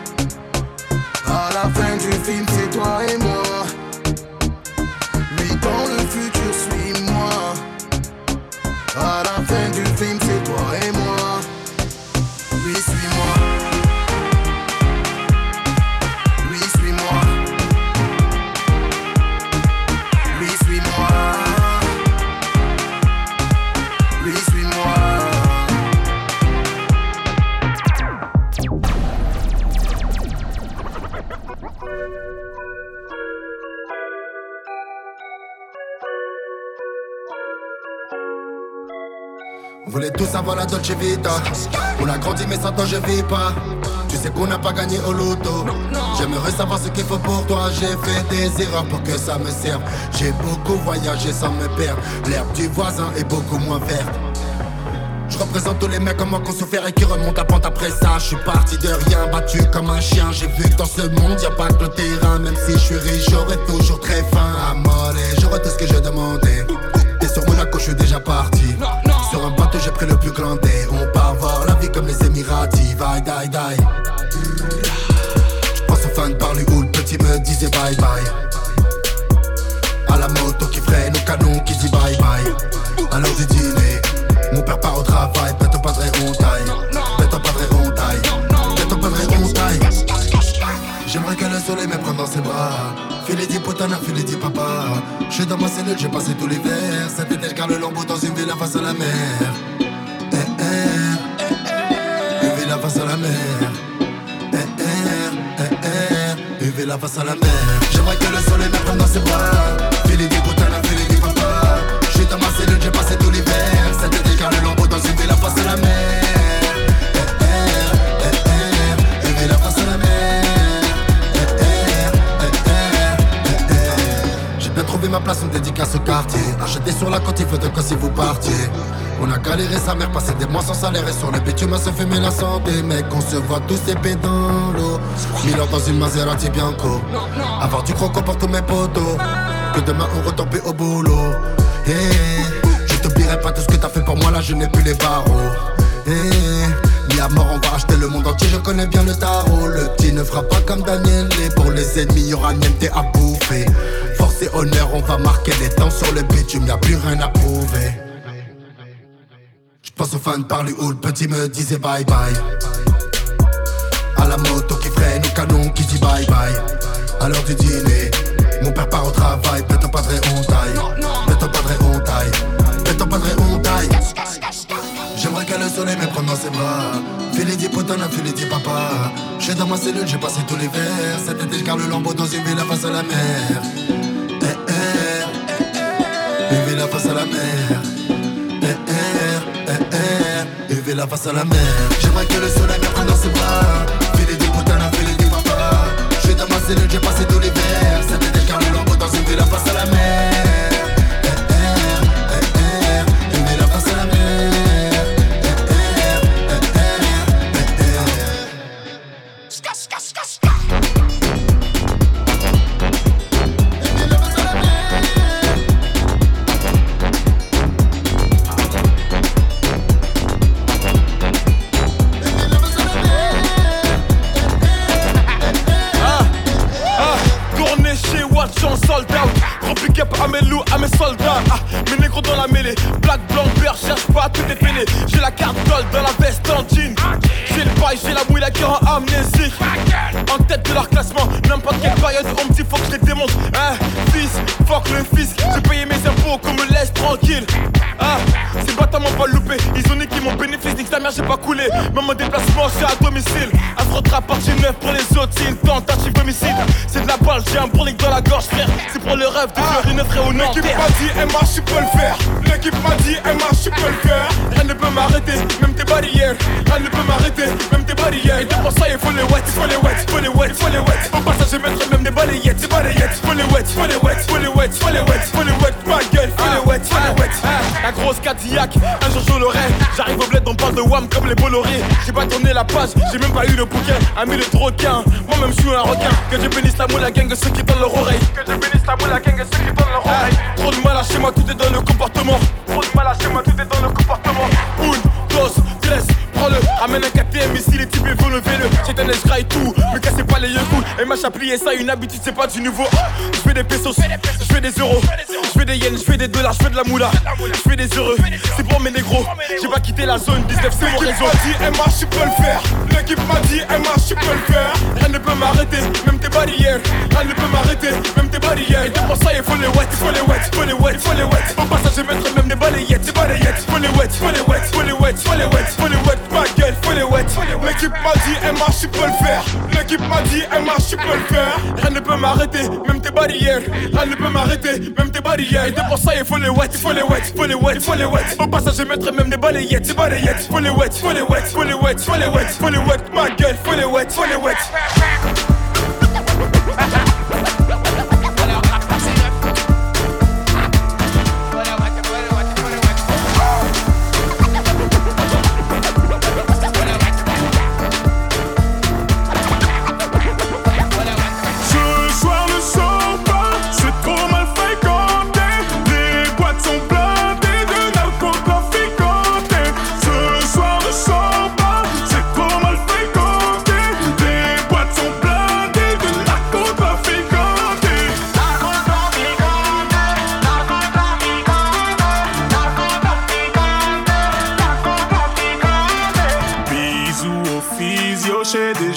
À la fin du film c'est toi et moi. Oui dans le futur suis-moi. À la fin du film c'est toi et moi. Oui suis-moi. Oui suis-moi. Oui suis-moi. Oui suis-moi. On voulait tous avoir la Dolce Vita. On a grandi mais sans toi je vis pas. Tu sais qu'on n'a pas gagné au loto. J'aimerais savoir ce qu'il faut pour toi. J'ai fait des erreurs pour que ça me serve. J'ai beaucoup voyagé sans me perdre. L'herbe du voisin est beaucoup moins verte. Je représente tous les mecs comme moi qu'on souffert et qui remontent la pente après ça. Je suis parti de rien, battu comme un chien. J'ai vu que dans ce monde y'a pas que le terrain. Même si je suis riche, j'aurais toujours très faim. À mollet, j'aurais tout ce que je demandais. T'es sur Monaco, je suis déjà parti. Sur un pris le plus grand dé. On part voir la vie comme les Émiratis. Bye, die, die. J'pense aux fans par le hood, petit me disait bye bye. À la moto qui freine, au canon qui dit bye bye. À l'heure du dîner, mon père part au travail. Bête au padre on taille. Bête au padre on taille. Bête au padre on taille. J'aimerais que le soleil me prenne dans ses bras. Filet dit potana, filet dit papa. J'suis dans ma cellule, j'ai passé tout l'hiver. Cet été je garde le lambeau dans une villa face à la mer. Une villa face à la mer. Une villa face à la mer. J'aimerais que le soleil me prenne dans ses bras. Filet dit potana, filet dit papa. J'suis dans ma cellule, j'ai passé tout l'hiver. Cet été je garde le lambeau dans une villa face à la mer. Une villa face à la mer. Trouver ma place, on dédicace au quartier. Acheter sur la côte, il faut de quoi si vous partiez. On a galéré sa mère, passé des mois sans salaire. Et sur le bitume, à se fumer la santé. Mec, on se voit tous épais dans l'eau. 1000 heures dans une Maserati Bianco. Avoir du croco pour tous mes potos. Que demain on retombe au boulot. Je t'oublierai pas tout ce que t'as fait pour moi, là je n'ai plus les barreaux. Ni à mort, on va acheter le monde entier, je connais bien le tarot. Le petit ne fera pas comme Daniel. Et pour les ennemis, y'aura niente à bouffer. Force et honneur, on va marquer les temps sur le bitume, y'a plus rien à prouver. J'pense aux fans par le hood, petit me disait bye bye. À la moto qui freine, au canon qui dit bye bye. À l'heure du dîner, mon père part au travail. Bête au padre on taille. Bête au padre on taille. Bête au padre on taille. J'aimerais que le soleil me prenne dans ses bras. Filet dit potana, filet dit papa. J'suis dans ma cellule, j'ai passé tout l'hiver. Cet été je garde le lambeau dans une villa face à la mer. Une villa face à la mer. Une villa face à la mer. J'aimerais que le soleil me prenne dans ses bras. Filet dit potana, filet dit papa. J'suis dans ma cellule, j'ai passé tout l'hiver. Cet été je garde le lambeau dans une villa face à la mer. Une villa face à la mer. Sold out, gros big up à mes loups, à mes soldats. Mes négros dans la mêlée, black, blanc, beurre, cherche pas, tout est fini. J'ai la carte gold dans la veste en jean. J'ai le bail, j'ai la mouille, la guerre en amnésique. En tête de leur classement, n'importe quelle période, on me dit faut que je les démonte. Fils, fuck le fils, j'ai payé mes impôts, qu'on me laisse tranquille. Ces bâtards m'ont pas loupé, ils ont niqué mon bénéfice, nique ta mère, j'ai pas coulé. Même mon déplacement, c'est à domicile. Un retrait partie 9 pour les autres, c'est une tentative d'homicide. C'est de la balle, j'ai un bourlique dans la gorge, frère. C'est pour le rêve de faire une frère au nord. L'équipe m'a dit, MH, je peux le faire. L'équipe m'a dit, MH, je peux le faire. Rien ne peut m'arrêter, même tes barrières. Rien ne peut m'arrêter, même tes barrières. Et pour ça, il faut les wet, faut les wet, faut les wet, faut les wet. Au passage, je mettrai même des balayettes, des balayettes. Faut les wet, faut les wet, faut les wet, faut les wet, faut les wet, ma gueule, faut les wet, faut les wet. La grosse Cadillac, un jour je l'aurai. J'arrive au bled, on parle de Wham comme les Bolloré. J'ai pas tourné la page, j'ai même pas eu le bouquin. Ami le requin, moi-même je suis un requin. Que je bénisse la moule, la gang, ceux qui donnent leur oreille. Que je bénisse la moule, la gang, ceux qui donnent leur oreille. Trop de mal à chez moi, tout est dans le comportement. Trop de mal à chez moi, tout est dans le comportement. Une, dos, tres, prends-le. Ramène un KTM ici, les types veulent lever-le. J'ai un esgraille tout, me cassez pas les yeux coups. Et m'a plié ça, une habitude, c'est pas du nouveau. Je fais des pesos, je fais des euros. Je fais des yens, je fais des dollars, je fais de la moula. Je fais des heureux, c'est pour mes négros. J'ai pas quitté la zone 19, c'est mon réseau. L'équipe m'a dit, MH, je peux le faire. L'équipe m'a dit, MH, je peux le faire. Rien ne peut m'arrêter, même tes barrières. Rien ne peut m'arrêter, même tes barrières. Et pour ça, il faut les wet, faut les wet, faut les wet, faut les wet. Au passage, je mettrai même des balayettes, des balayettes. Faut les wet, faut les wet, faut les wet, faut les wet, faut les wet, ma gueule, faut les wet. L'équipe m'a dit, MH, je peux le faire. L'équipe m'a dit, MH, je peux le faire. Rien ne peut m'arrêter, même tes barrières. Rien ne peut m'arrêter, même tes barrières. Et pour ça, il faut les wet, faut les wet, faut les wet, faut les wet. Au passage, je mettrai même des balayettes, des balayettes. Faut les wet, faut les wet, faut les wet, faut les wet, faut les wet, ma gueule, faut les wet, faut les wet.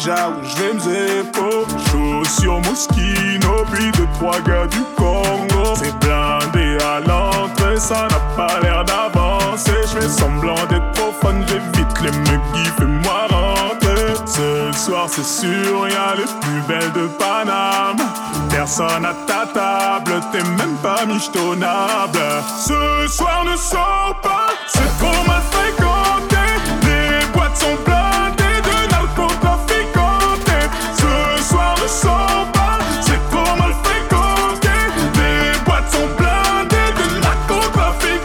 déjà où je vais me zépo. Chaussures Moschino, puis 2-3 gars du Congo. C'est blindé à l'entrée, ça n'a pas l'air d'avancer. Je fais semblant d'être profane, j'évite les muggy, fais-moi rentrer. Ce soir c'est sûr, y'a les plus belles de Paname. Personne à ta table, t'es même pas michetonnable. Ce soir ne sors pas, c'est trop mal fréquenté. Les boîtes sont blindées de narcotrafiquantes. Ce soir ne sors pas, c'est trop mal fréquenté. Les boîtes sont blindées de narcotrafiquantes.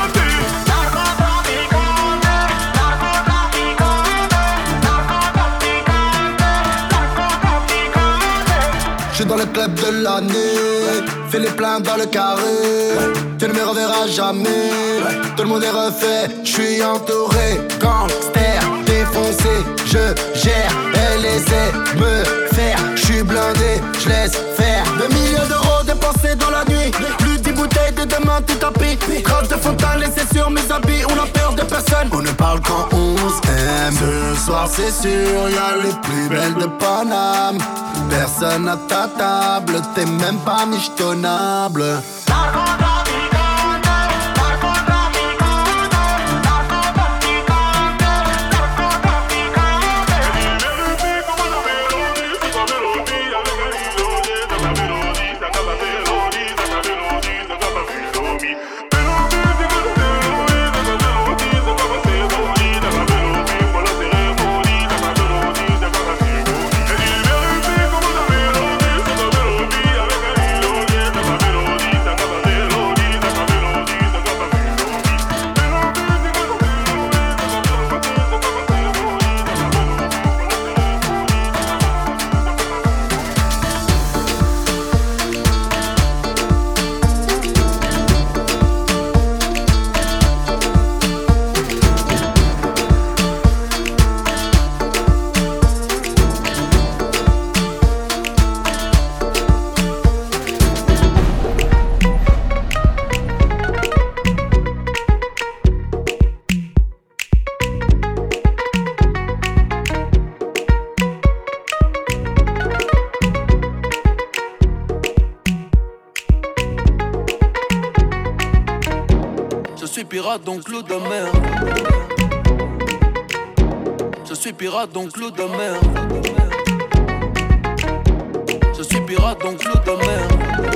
J'suis dans le club de l'année, fais les pleins dans le carré. Tu ne me reverras jamais, tout le monde est refait. J'suis entouré, gangster, défoncé. Je gère, elle essaie de me faire. J'suis blindé, j'laisse faire. 2 millions d'euros dépensés dans la nuit. Plus 10 bouteilles de demain tout tapis. Trace de fontaine laissée sur mes habits. On a peur de personne, on ne parle quand on s'aime. Ce soir c'est sûr, y'a les plus belles de Paname. Personne à ta table, t'es même pas michetonnable. Donc l'eau de mer. Je suis pirate donc l'eau de mer. Je suis pirate donc l'eau de mer.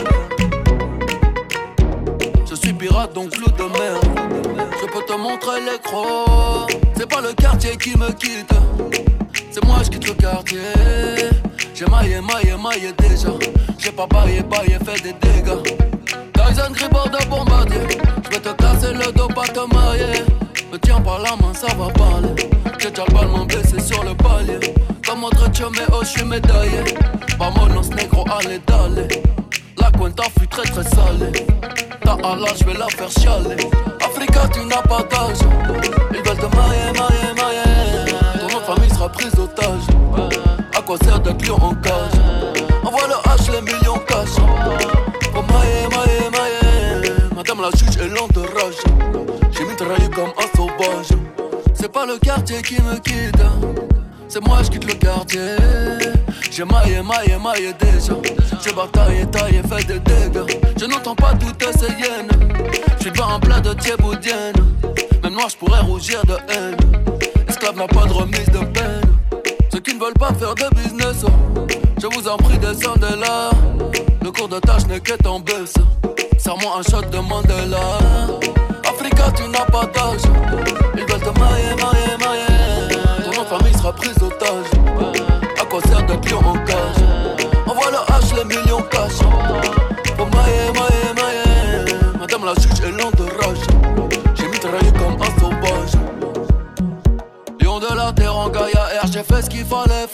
Je suis pirate donc l'eau de mer. Je peux te montrer les crocs. C'est pas le quartier qui me quitte, c'est moi je quitte le quartier. J'ai maillé déjà. J'ai pas baillé, fait des dégâts. Tyson Gribord de bombardier. J'vais te casser le dos, pas te marier. Me tiens par la main, ça va parler. J'ai déjà le ballon baissé sur le palier. Comme autre chomeo, j'suis médaillé. Vamonos negro, allez d'aller. La cuenta fut très très salée. Ta Allah, j'vais la faire chialer. Africa, tu n'as pas d'âge. Ils veulent te marier. Ton nom de famille sera prise d'otage. À quoi sert d'être lion en cage? Envoie le H, les millions cash. Oh maille. Madame la juge est lente de rage. J'ai mitraillé comme un sauvage. C'est pas le quartier qui me quitte, c'est moi je quitte le quartier. J'ai maillé déjà. J'ai bataillé, taillé, fait des dégâts. Je n'entends pas toutes ces hyènes. J'suis devant un plat de thieboudienne. Même noir j'pourrais rougir de haine. Esclave n'a pas de remise de peine. Ceux qui ne veulent pas faire de business, je vous en prie descendez là. Le cours de tâche n'est qu'être en baisse. Serre-moi un shot de Mandela. Africa, tu n'as pas d'âge. Ils veulent te marier. Ton nom de famille sera prise d'otage. À quoi sert d'être lion en cage? Envoie le H, les millions cash. Oh maille. Madame la juge est lente de rage. J'ai mitraillé comme un sauvage. Lion de la terre en Gaïa R, j'ai fait ce qu'il fallait.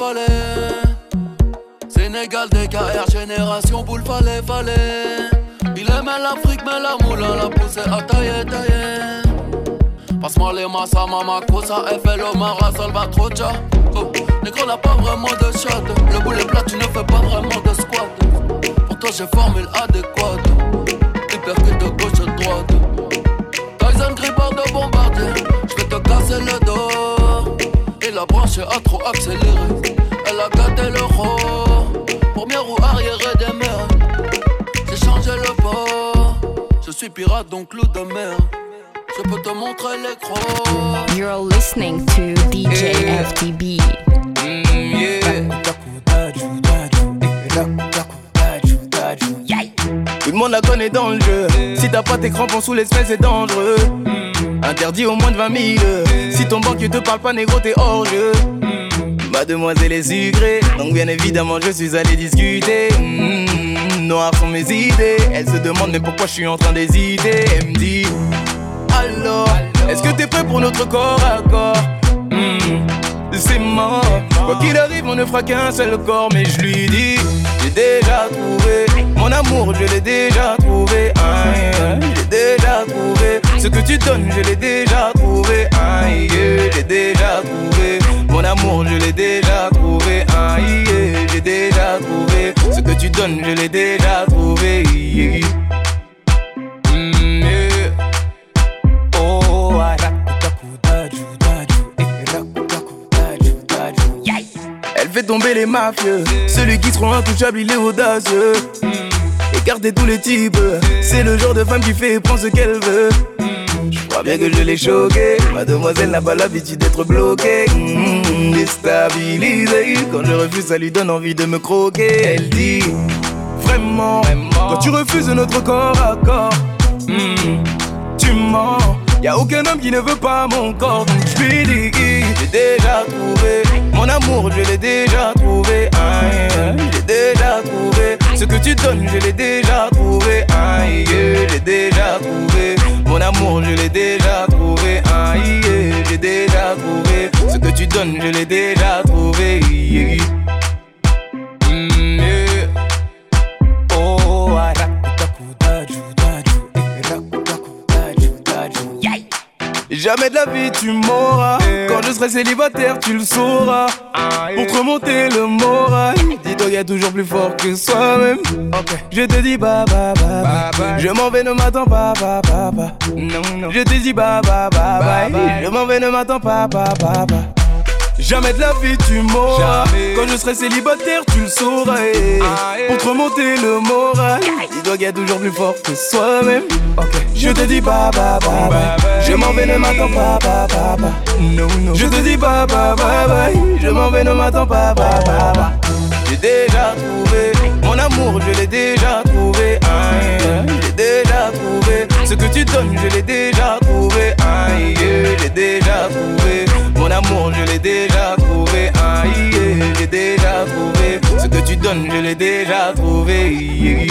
Sénégal, DKR, génération boule, fallait. Il aimait l'Afrique, mais la moula l'a poussé à tailler. Passe-moi les massas, mama cosa, FL, Omara, Salvatrocha. Oh, négro n'a pas vraiment de shot. Le boulet plat, tu ne fais pas vraiment de squat. Pour toi, j'ai formule adéquate. Hypercute de gauche à droite. Tyson Gribord de bombardier. J'vais te casser le dos. Et la branche a trop accéléré. elle a gâté l'euro. Première roue arrière et des mers. J'ai changé le port. Je suis pirate donc loup de mer. Je peux te montrer l'écran. You're listening to DJ FDB. Tout le monde la connaît dans le jeu. Si t'as pas tes crampons sous l'espèce, c'est dangereux. Interdit au moins de 20 000. Si ton banquier te parle pas, négro, t'es hors jeu. Mademoiselle est sucrée, donc bien évidemment je suis allé discuter. Noires sont mes idées. Elle se demande mais pourquoi je suis en train d'hésiter. Elle me dit alors, est-ce que t'es prêt pour notre corps à corps? C'est mort. Quoi qu'il arrive, on ne fera qu'un seul corps. Mais je lui dis, j'ai déjà trouvé mon amour, je l'ai déjà trouvé. J'ai déjà trouvé ce que tu donnes, je l'ai déjà trouvé. J'ai déjà trouvé mon amour, je l'ai déjà trouvé. J'ai déjà trouvé ce que tu donnes, je l'ai déjà trouvé. Elle fait tomber les mafieux. Celui qui sera intouchable, il est audacieux. Écartez tous les types. C'est le genre de femme qui fait et prend ce qu'elle veut. Je crois bien que je l'ai choquée. Mademoiselle n'a pas l'habitude d'être bloquée. Déstabilisée. Quand je refuse, ça lui donne envie de me croquer. Elle dit vraiment, quand tu refuses notre corps à corps, tu mens. Y'a aucun homme qui ne veut pas mon corps. Donc je lui dis, j'ai déjà trouvé mon amour, je l'ai déjà trouvé. J'ai déjà trouvé ce que tu donnes, je l'ai déjà trouvé. J'ai déjà trouvé mon amour, je l'ai déjà trouvé. J'ai déjà trouvé ce que tu donnes, je l'ai déjà trouvé. Jamais de la vie tu m'auras. Quand je serai célibataire tu le sauras. Pour te remonter le moral, dis-toi y'a toujours plus fort que soi-même. Je te dis bye bye bye bye. Je m'en vais, ne m'attends pas bye bye bye. Non. Je te dis bye bye bye bye. Je m'en vais, ne m'attends pas bye bye bye. Jamais de la vie tu m'auras. Quand je serai célibataire tu le sauras. Pour te remonter le moral, dis-toi qu'il y a toujours plus fort que soi-même. Je te dis bye bye bye bye. Je m'en vais, ne m'attends pas bye bye bye. Non. Je te dis bye bye bye bye. Je m'en vais, ne m'attends pas bye bye bye. J'ai déjà trouvé mon amour, je l'ai déjà trouvé. J'ai déjà trouvé ce que tu donnes, je l'ai déjà trouvé. J'ai déjà trouvé mon amour, je l'ai déjà trouvé. J'ai déjà trouvé ce que tu donnes, je l'ai déjà trouvé.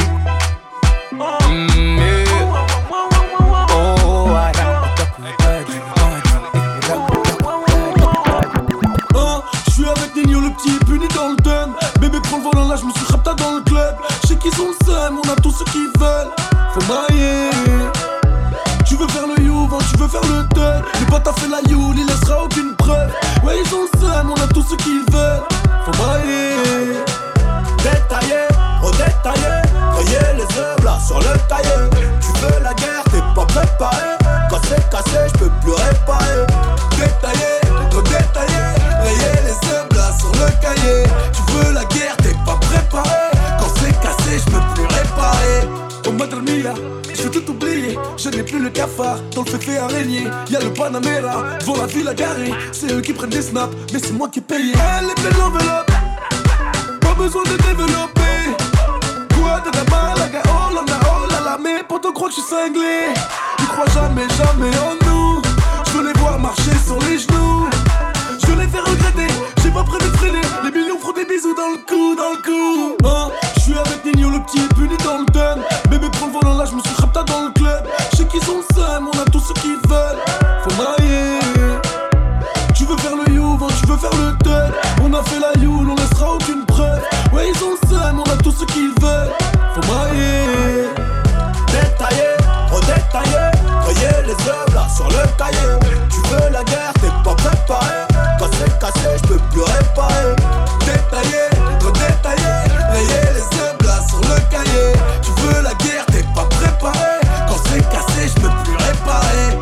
Je suis avec Nino le petit puni dans le thème. Bébé prend le volant là, je me suis rapta dans le club. Je sais qu'ils ont le seum, on a tout ce qu'ils veulent. Faut mailler. Tu veux faire le you, tu veux faire le thug. Les potes a fait la you, il laissera aucune preuve. Ouais ils ont le seum, on a tout ce qu'ils veulent. Faut mailler. Détaillé, redétaillé. Rayer les œuvres là sur le tailleur. Tu veux la guerre, t'es pas préparé. Quand c'est cassé, je peux plus réparer. Détaillé, redétaillé. Rayer les œuvres là sur le cahier. Tu veux la guerre, t'es pas préparé. Quand c'est cassé, je peux plus réparer. Au Madre Mia, je vais tout oublier. Je n'ai plus le cafard dans le féfé araignée. Y'a le Panamera, devant la ville à garer. C'est eux qui prennent des snaps, mais c'est moi qui paye. Elle est pleine l'enveloppe, pas besoin de développer. Quoi de la malaga, oh là là, mais pour te croire que je suis cinglé. Ils croient jamais, jamais en nous. Je veux les voir marcher sur les genoux. Je veux les faire regretter, j'ai pas prévu de freiner. Les millions feront des bisous dans le cou, dans le cou. Je suis avec Nino le petit puni dans le thème. Bébé prend le volant là, je me suis rapta dans le club. Je sais qu'ils ont le seum, on a tout ce qu'ils veulent. Faut mailler. Tu veux faire le you, tu veux faire le thug. On a fait la you, on laissera aucune preuve. Ouais ils ont le seum, on a tout ce qu'ils veulent. Faut mailler. Détaillé, redétaillé. Rayer les œuvres là sur le cahier. Tu veux la guerre, t'es pas préparé. Quand c'est cassé, je peux plus réparer. Détaillé, redétaillé. Rayer les œuvres là sur le cahier. Tu veux la guerre, t'es pas préparé. Quand c'est cassé, je peux plus réparer. Oh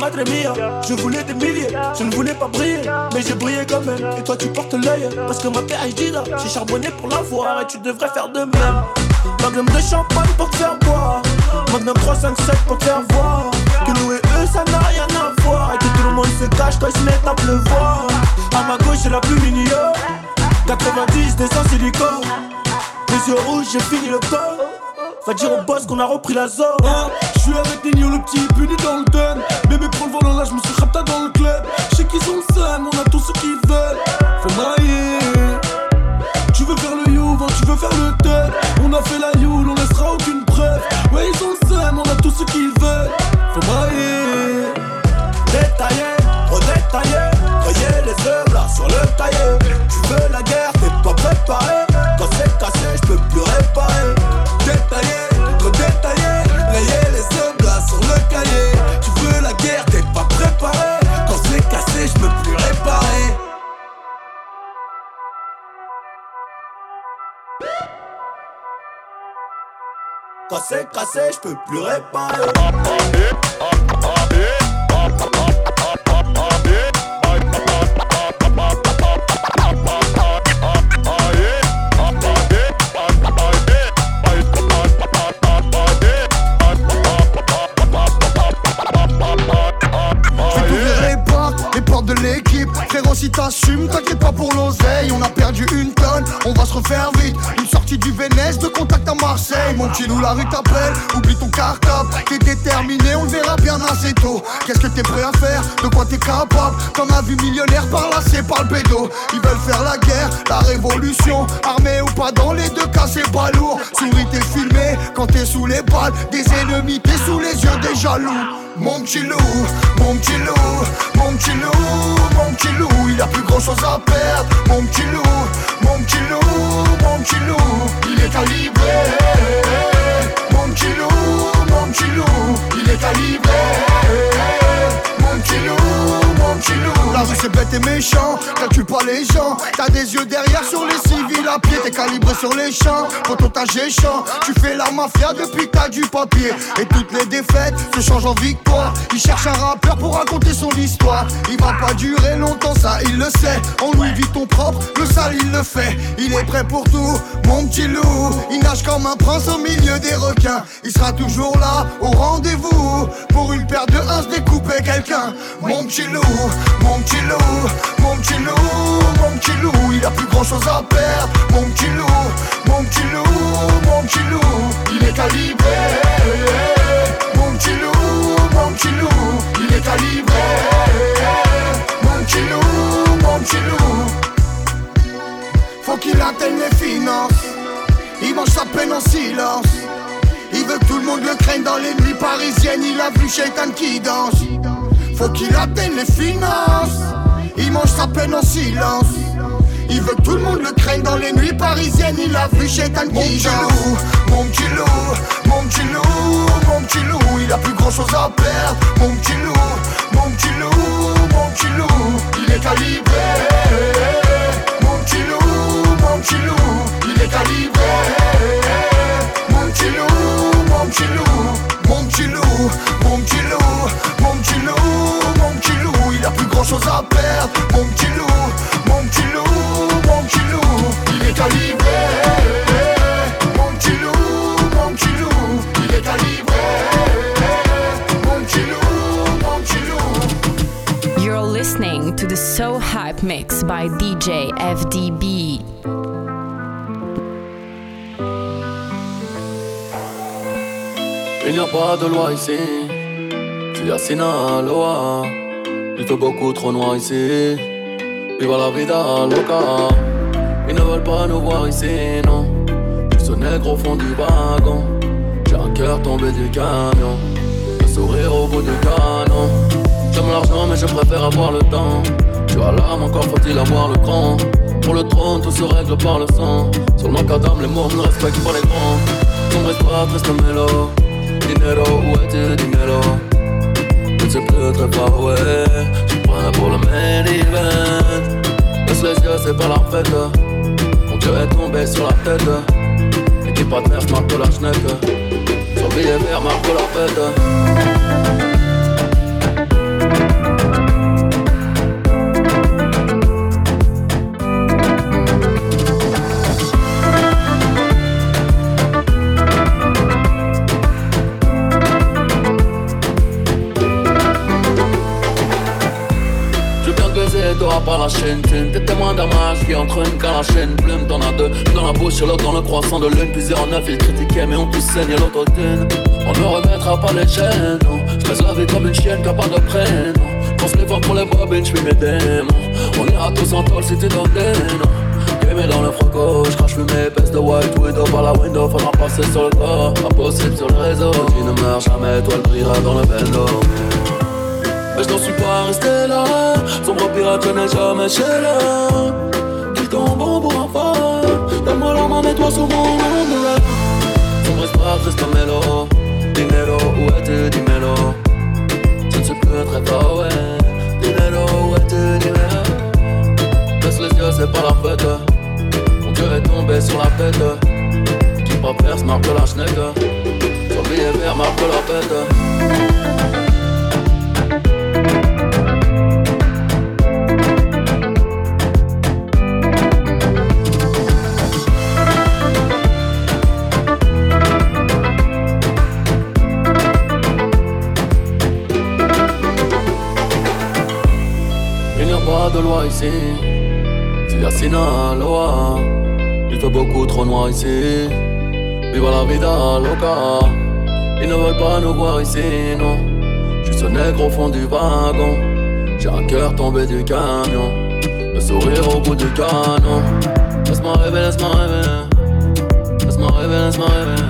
madre mia. Je voulais des milliers, je ne voulais pas briller, mais j'ai brillé quand même. Et toi tu portes l'œil, parce que ma PhD là, j'ai charbonné pour l'avoir et tu devrais faire de même. Magnum de champagne pour te faire boire, Magnum 357 pour te faire voir que nous et eux ça n'a rien à voir, et que tout le monde se cache quand ils se mettent à pleuvoir. À ma gauche j'ai la plus mignonne, 90 des sans silicone, les yeux rouges j'ai fini le corps. Va dire au boss qu'on a repris la zone. Je suis avec Nino le petit puni dans le gun. Bébé prend le volant là, je me suis rapta dans le club. Je sais qu'ils ont le seum, on a tout ce qu'ils veulent. Faut mailler. Tu veux faire le youve, tu veux faire le tête. On a fait la youle, on laissera aucune preuve. Ouais ils ont le seum, on a tout ce qu'ils veulent. Faut mailler. Détaillé, redétaillé. Voyez les œuvres là sur le cahier. Tu veux la guerre, t'es pas préparé. Quand c'est cassé, je peux plus réparer. Détaillé, redétaillé, rayer les œuvres là sur le cahier. Tu veux la guerre, t'es pas préparé. Quand c'est cassé, je peux plus réparer. Quand c'est cassé, je peux plus réparer. De l'équipe, frérot si t'assumes, t'inquiète pas pour l'oseille. On a perdu une tonne, on va se refaire vite. Une sortie du Vénès, de contact à Marseille. Mon petit loup, la rue t'appelle, oublie ton cartable. T'es déterminé, on le verra bien assez tôt. Qu'est-ce que t'es prêt à faire, de quoi t'es capable? T'en as vu millionnaire par là, c'est pas le bédo. Ils veulent faire la guerre, la révolution. Armé ou pas, dans les deux cas c'est pas lourd. Souris t'es filmé, quand t'es sous les balles des ennemis, t'es sous les yeux des jaloux. Mon petit loup, mon petit loup, mon petit loup, mon petit loup, il a plus grand chose à perdre. Mon petit loup, mon petit loup, mon petit loup, il est calibré. Mon petit loup, mon petit loup, il est calibré. Mon petit loup, mon petit loup. La rue c'est bête et méchant, calcule pas les gens. T'as des yeux derrière sur les civils à pied, t'es calibré sur les champs. Phototage géchant, tu fais la mafia depuis que t'as du papier. Et toutes les défaites se changent en victoire. Il cherche un rappeur pour raconter son histoire. Il va pas durer longtemps, ça il le sait. En Louis Vuitton propre, le sale il le fait. Il est prêt pour tout, mon petit loup. Il nage comme un prince au milieu des requins. Il sera toujours là, au rendez-vous. Pour une paire de uns, découper quelqu'un. Mon petit loup, mon petit loup, mon petit loup, mon petit loup, il a plus grand chose à perdre. Mon petit loup, mon petit loup, mon petit loup, il est calibré. Mon petit loup, mon petit loup, il est calibré. Mon petit loup, mon petit loup, faut qu'il atteigne les finances. Il mange sa peine en silence. Il veut que tout le monde le craigne dans les nuits parisiennes. Il a vu Shaitan qui danse. Faut qu'il atteigne les finances. Il mange sa peine en silence. Il veut que tout le monde le craigne dans les nuits parisiennes. Il a vu Shaitan qui danse. Mon petit loup, mon petit loup, mon petit loup, il a plus grand chose à perdre. Mon petit loup, mon petit loup, mon petit loup, il est calibré. Mon petit loup, mon petit loup, il est calibré. Mon petit loup, mon petit loup, mon petit loup, mon petit loup, mon petit loup, mon petit loup, il a plus grand chose à perdre. Mon petit loup, mon petit loup, mon petit loup, il est calibré. Mon petit loup, mon petit loup, il est calibré. Mon petit loup, mon petit loup. You're listening to the So Hype Mix by DJ FDB. Il n'y a pas de loi ici, tu as Sinaloa. Il fait beaucoup trop noir ici, viva la vida loca. Ils ne veulent pas nous voir ici, non. Je suis nègre au fond du wagon. J'ai un cœur tombé du camion, le sourire au bout du canon. J'aime l'argent mais je préfère avoir le temps. Tu as l'âme, encore faut-il avoir le cran. Pour le trône, tout se règle par le sang. Sur le macadam, les mots ne respectent pas les grands. Sombre histoire, triste mélo. Dinero, où est-il dinero? Je ne sais plus très far away. Je prends pour le main event. Baisse les yeux, c'est pas la fête. Mon Dieu est tombé sur la tête. Équipe adverse marque la schneck. Sur billet vert marque la fête. t'auras pas la chaîne. T'es témoin d'un match qui entraîne quand la chaîne plume. T'en as deux, dans la bouche et l'autre dans le croissant de lune. Puis 09, ils critiquaient mais on tous saigne et l'autotune. On ne remettra pas les chaînes, non. J'reste la vie comme une chienne qui a pas de prénom. Pense les fois pour les bobines, j'fuis mes démons. On ira tous en tôle si tu donnes des noms. Gamé dans le franco, j'crache fumée, baisse de white widow par la window. Faudra passer sur le corps, impossible sur le réseau. Tu ne meurs jamais, toi elle brillera dans le bendo. Mais je n'en suis pas resté là. Sombre pirate, je n'ai jamais chez là. Qu'il tombe bon pour un phare. Donne-moi la main, mets-toi sous mon ombre. Sombre espoir, triste mélo. Dinero, où es-tu, dis-mélo. Je ne suis plus un très fort, ouais. Dinero, où es-tu, dis-mélo. Baisse les yeux, c'est pas la fête. Mon Dieu est tombé sur la tête. Qui pas perce, marque la schneck. Son billet vert, marque la pète. De loi ici, c'est la Sinaloa. Il fait beaucoup trop noir ici. Viva la vida loca. Ils ne veulent pas nous voir ici, non. Je suis ce nègre au fond du wagon. J'ai un cœur tombé du camion. Le sourire au bout du canon. Laisse-moi rêver, laisse-moi rêver. Laisse-moi rêver, laisse-moi rêver.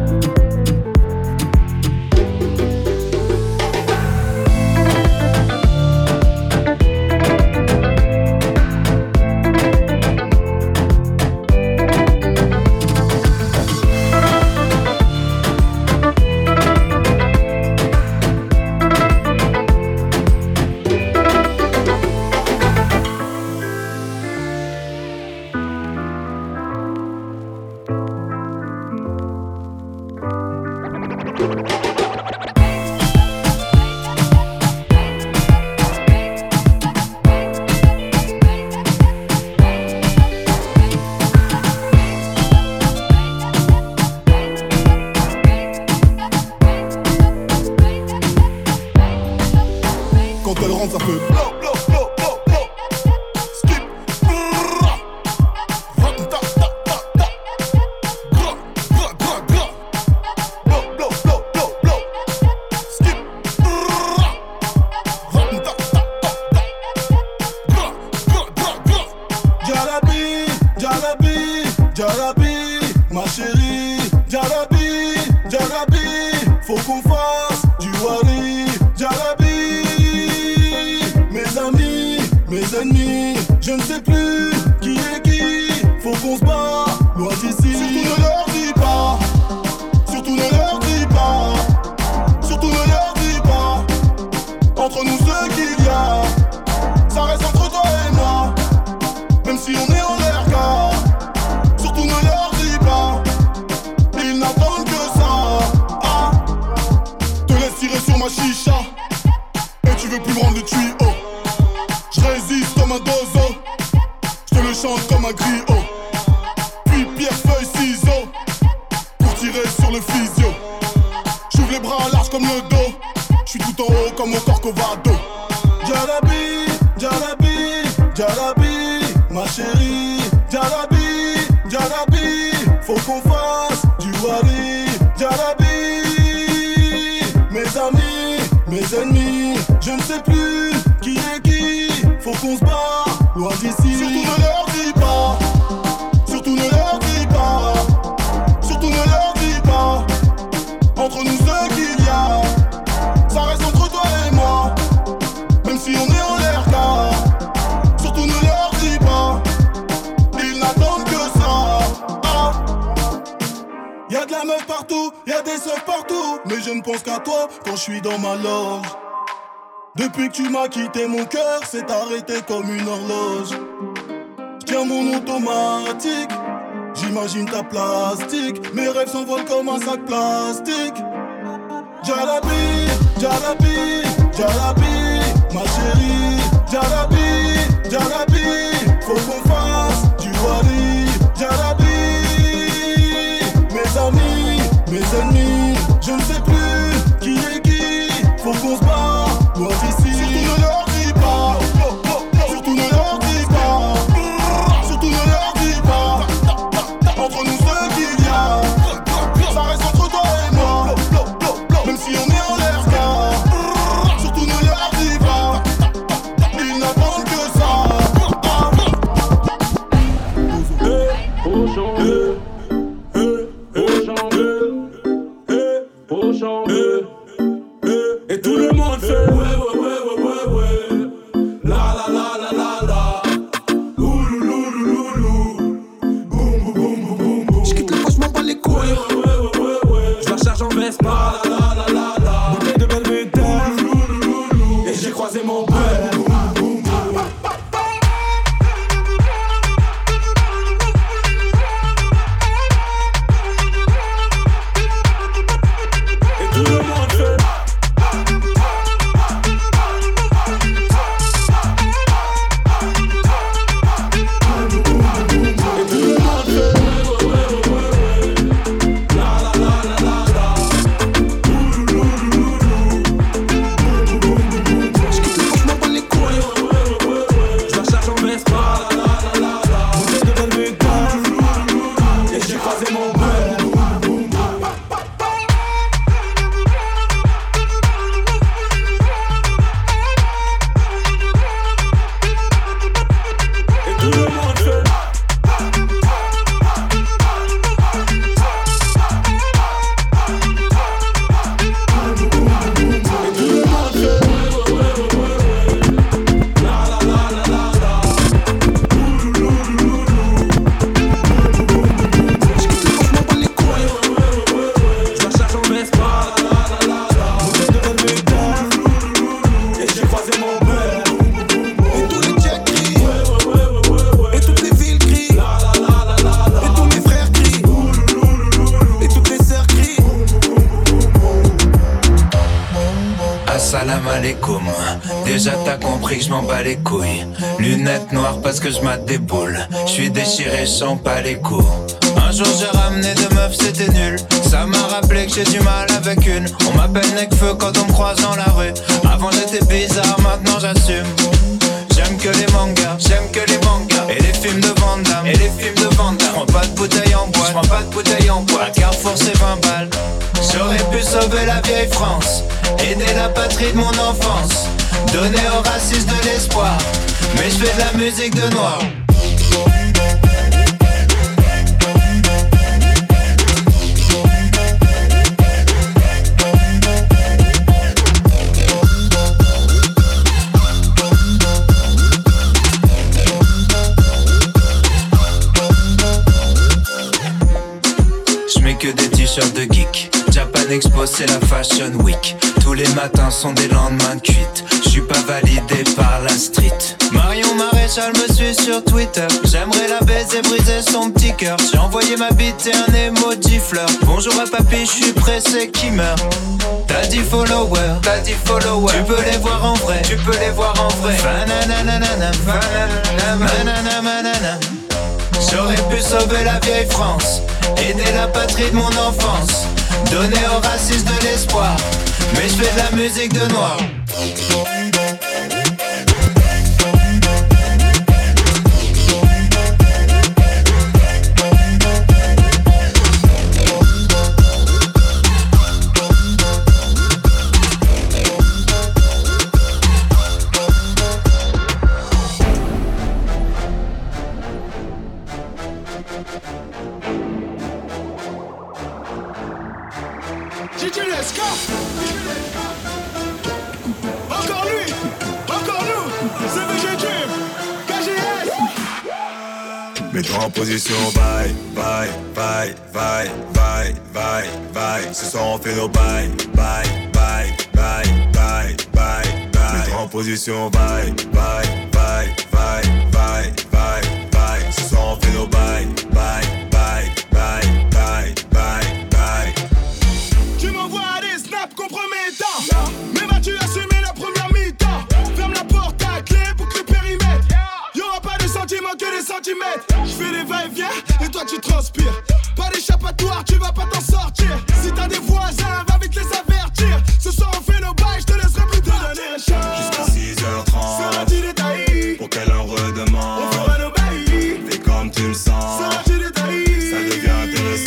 Depuis que tu m'as quitté, mon cœur s'est arrêté comme une horloge. J'tiens mon automatique, j'imagine ta plastique. Mes rêves s'envolent comme un sac plastique. Jalabi, Jalabi, Jalabi, ma chérie. Jalabi, Jalabi, faut qu'on fasse du wali. Jalabi, mes amis, mes ennemis, je ne sais plus qui est qui. Faut qu'on se bat, loin d'ici. Surtout ne leur dis pas, surtout ne leur Assalam alaikum. Déjà t'as compris que je m'en bats les couilles. Lunettes noires parce que je mate des boules. Je suis déchiré, j'en pas les coups. Un jour j'ai ramené deux meufs, c'était nul. Ça m'a rappelé que j'ai du mal avec une. On m'appelle Necfeu quand on me croise dans la rue. Avant j'étais bizarre, maintenant j'assume. J'aime que les mangas, j'aime que les mangas. Et les films de Van Damme, et les films de Van Damme. J'prends pas de bouteille en bois, j'prends pas de bouteille en bois. À Carrefour c'est 20 balles. J'aurais pu sauver la vieille France, aider la patrie de mon enfance, donner aux racistes de l'espoir. Mais je fais de la musique de noir. Que des t-shirts de geek. Japan Expo c'est la Fashion Week. Tous les matins sont des lendemains de cuite. J'suis pas validé par la street. Marion Maréchal me suit sur Twitter. J'aimerais la baiser, briser son petit cœur. J'ai envoyé ma bite et un emoji fleur. Bonjour à papy, j'suis pressé qui meurt. T'as dit follower, t'as dit follower. Tu peux les voir en vrai, tu peux les voir en vrai. Fanananana, fananana, manana. J'aurais pu sauver la vieille France, aider la patrie de mon enfance, donner aux racistes de l'espoir. Mais je fais de la musique de noir. Encore lui, encore nous, c'est VG Dream, KGS. Mets-toi en position, bye, bye, bye, bye, bye, bye, bye. Ce soir on fait nos bye, bye, bye, bye, bye, bye, bye. Mets-toi en position, bye, bye, bye, bye, bye, bye, bye. Ce soir on fait nos bye, bye, bye, bye, bye, bye, bye. Tu m'envoies des snaps compromettants, mais vas-tu assumer la première mi-temps? Ferme la porte à clé pour que le périmètre. Y'aura pas de sentiments que des centimètres. J'fais des va-et-vient et toi tu transpires. Pas d'échappatoire, tu vas pas t'en sortir. Si t'as des voisins, va vite les avertir. Ce soir on fait nos bails, je te laisserai plus tard. Jusqu'à 6h30, seras-tu détaillé? pour qu'elle en redemande. On fera nos bails. Fais comme tu le sens, seras-tu détaillé? ça devient intéressant.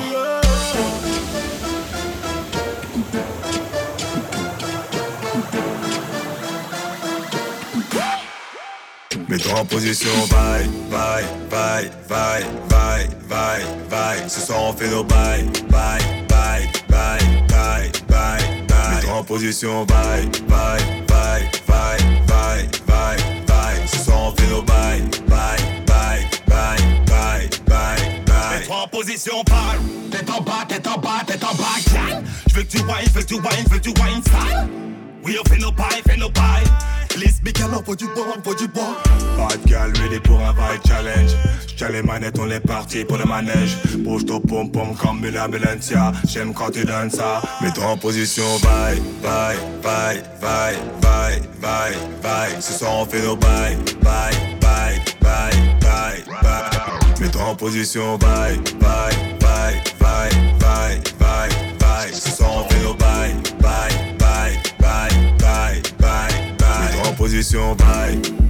Mets-toi en position, bye, bye, bye, bye, bye, bye, bye. Ce soir on fait nos bye, bye, bye, bye, bye, bye, bye. Mets-toi en position, bye, bye, bye, bye, bye, bye, bye. Ce soir on fait nos bye, bye, bye, bye, bye, bye, bye. Mets-toi en position, parle. Tête en bas, tête en bas, tête en bas, gang. J'veux que tu whines, veux que tu whines, veux que tu whines sale. Oui, on fait nos bails, fait nos bails. Please, big alors, faut du bois, faut du bois. Pas de gal, ready pour un vibe challenge. J'tiens les manettes, on est parti pour le manège. Bouge ton pom-pom comme une ambulancia. J'aime quand tu donnes ça. Mets-toi en position, bye, bye, bye, bye, bye, bye, bye. Ce soir on fait nos bye, bye, bye, bye, bye, bye. Mets-toi en position, bye, bye, bye, bye, bye, bye, bye. Ce soir on fait nos bye, bye, bye, bye, bye, bye, bye. Mets-toi en position, bye.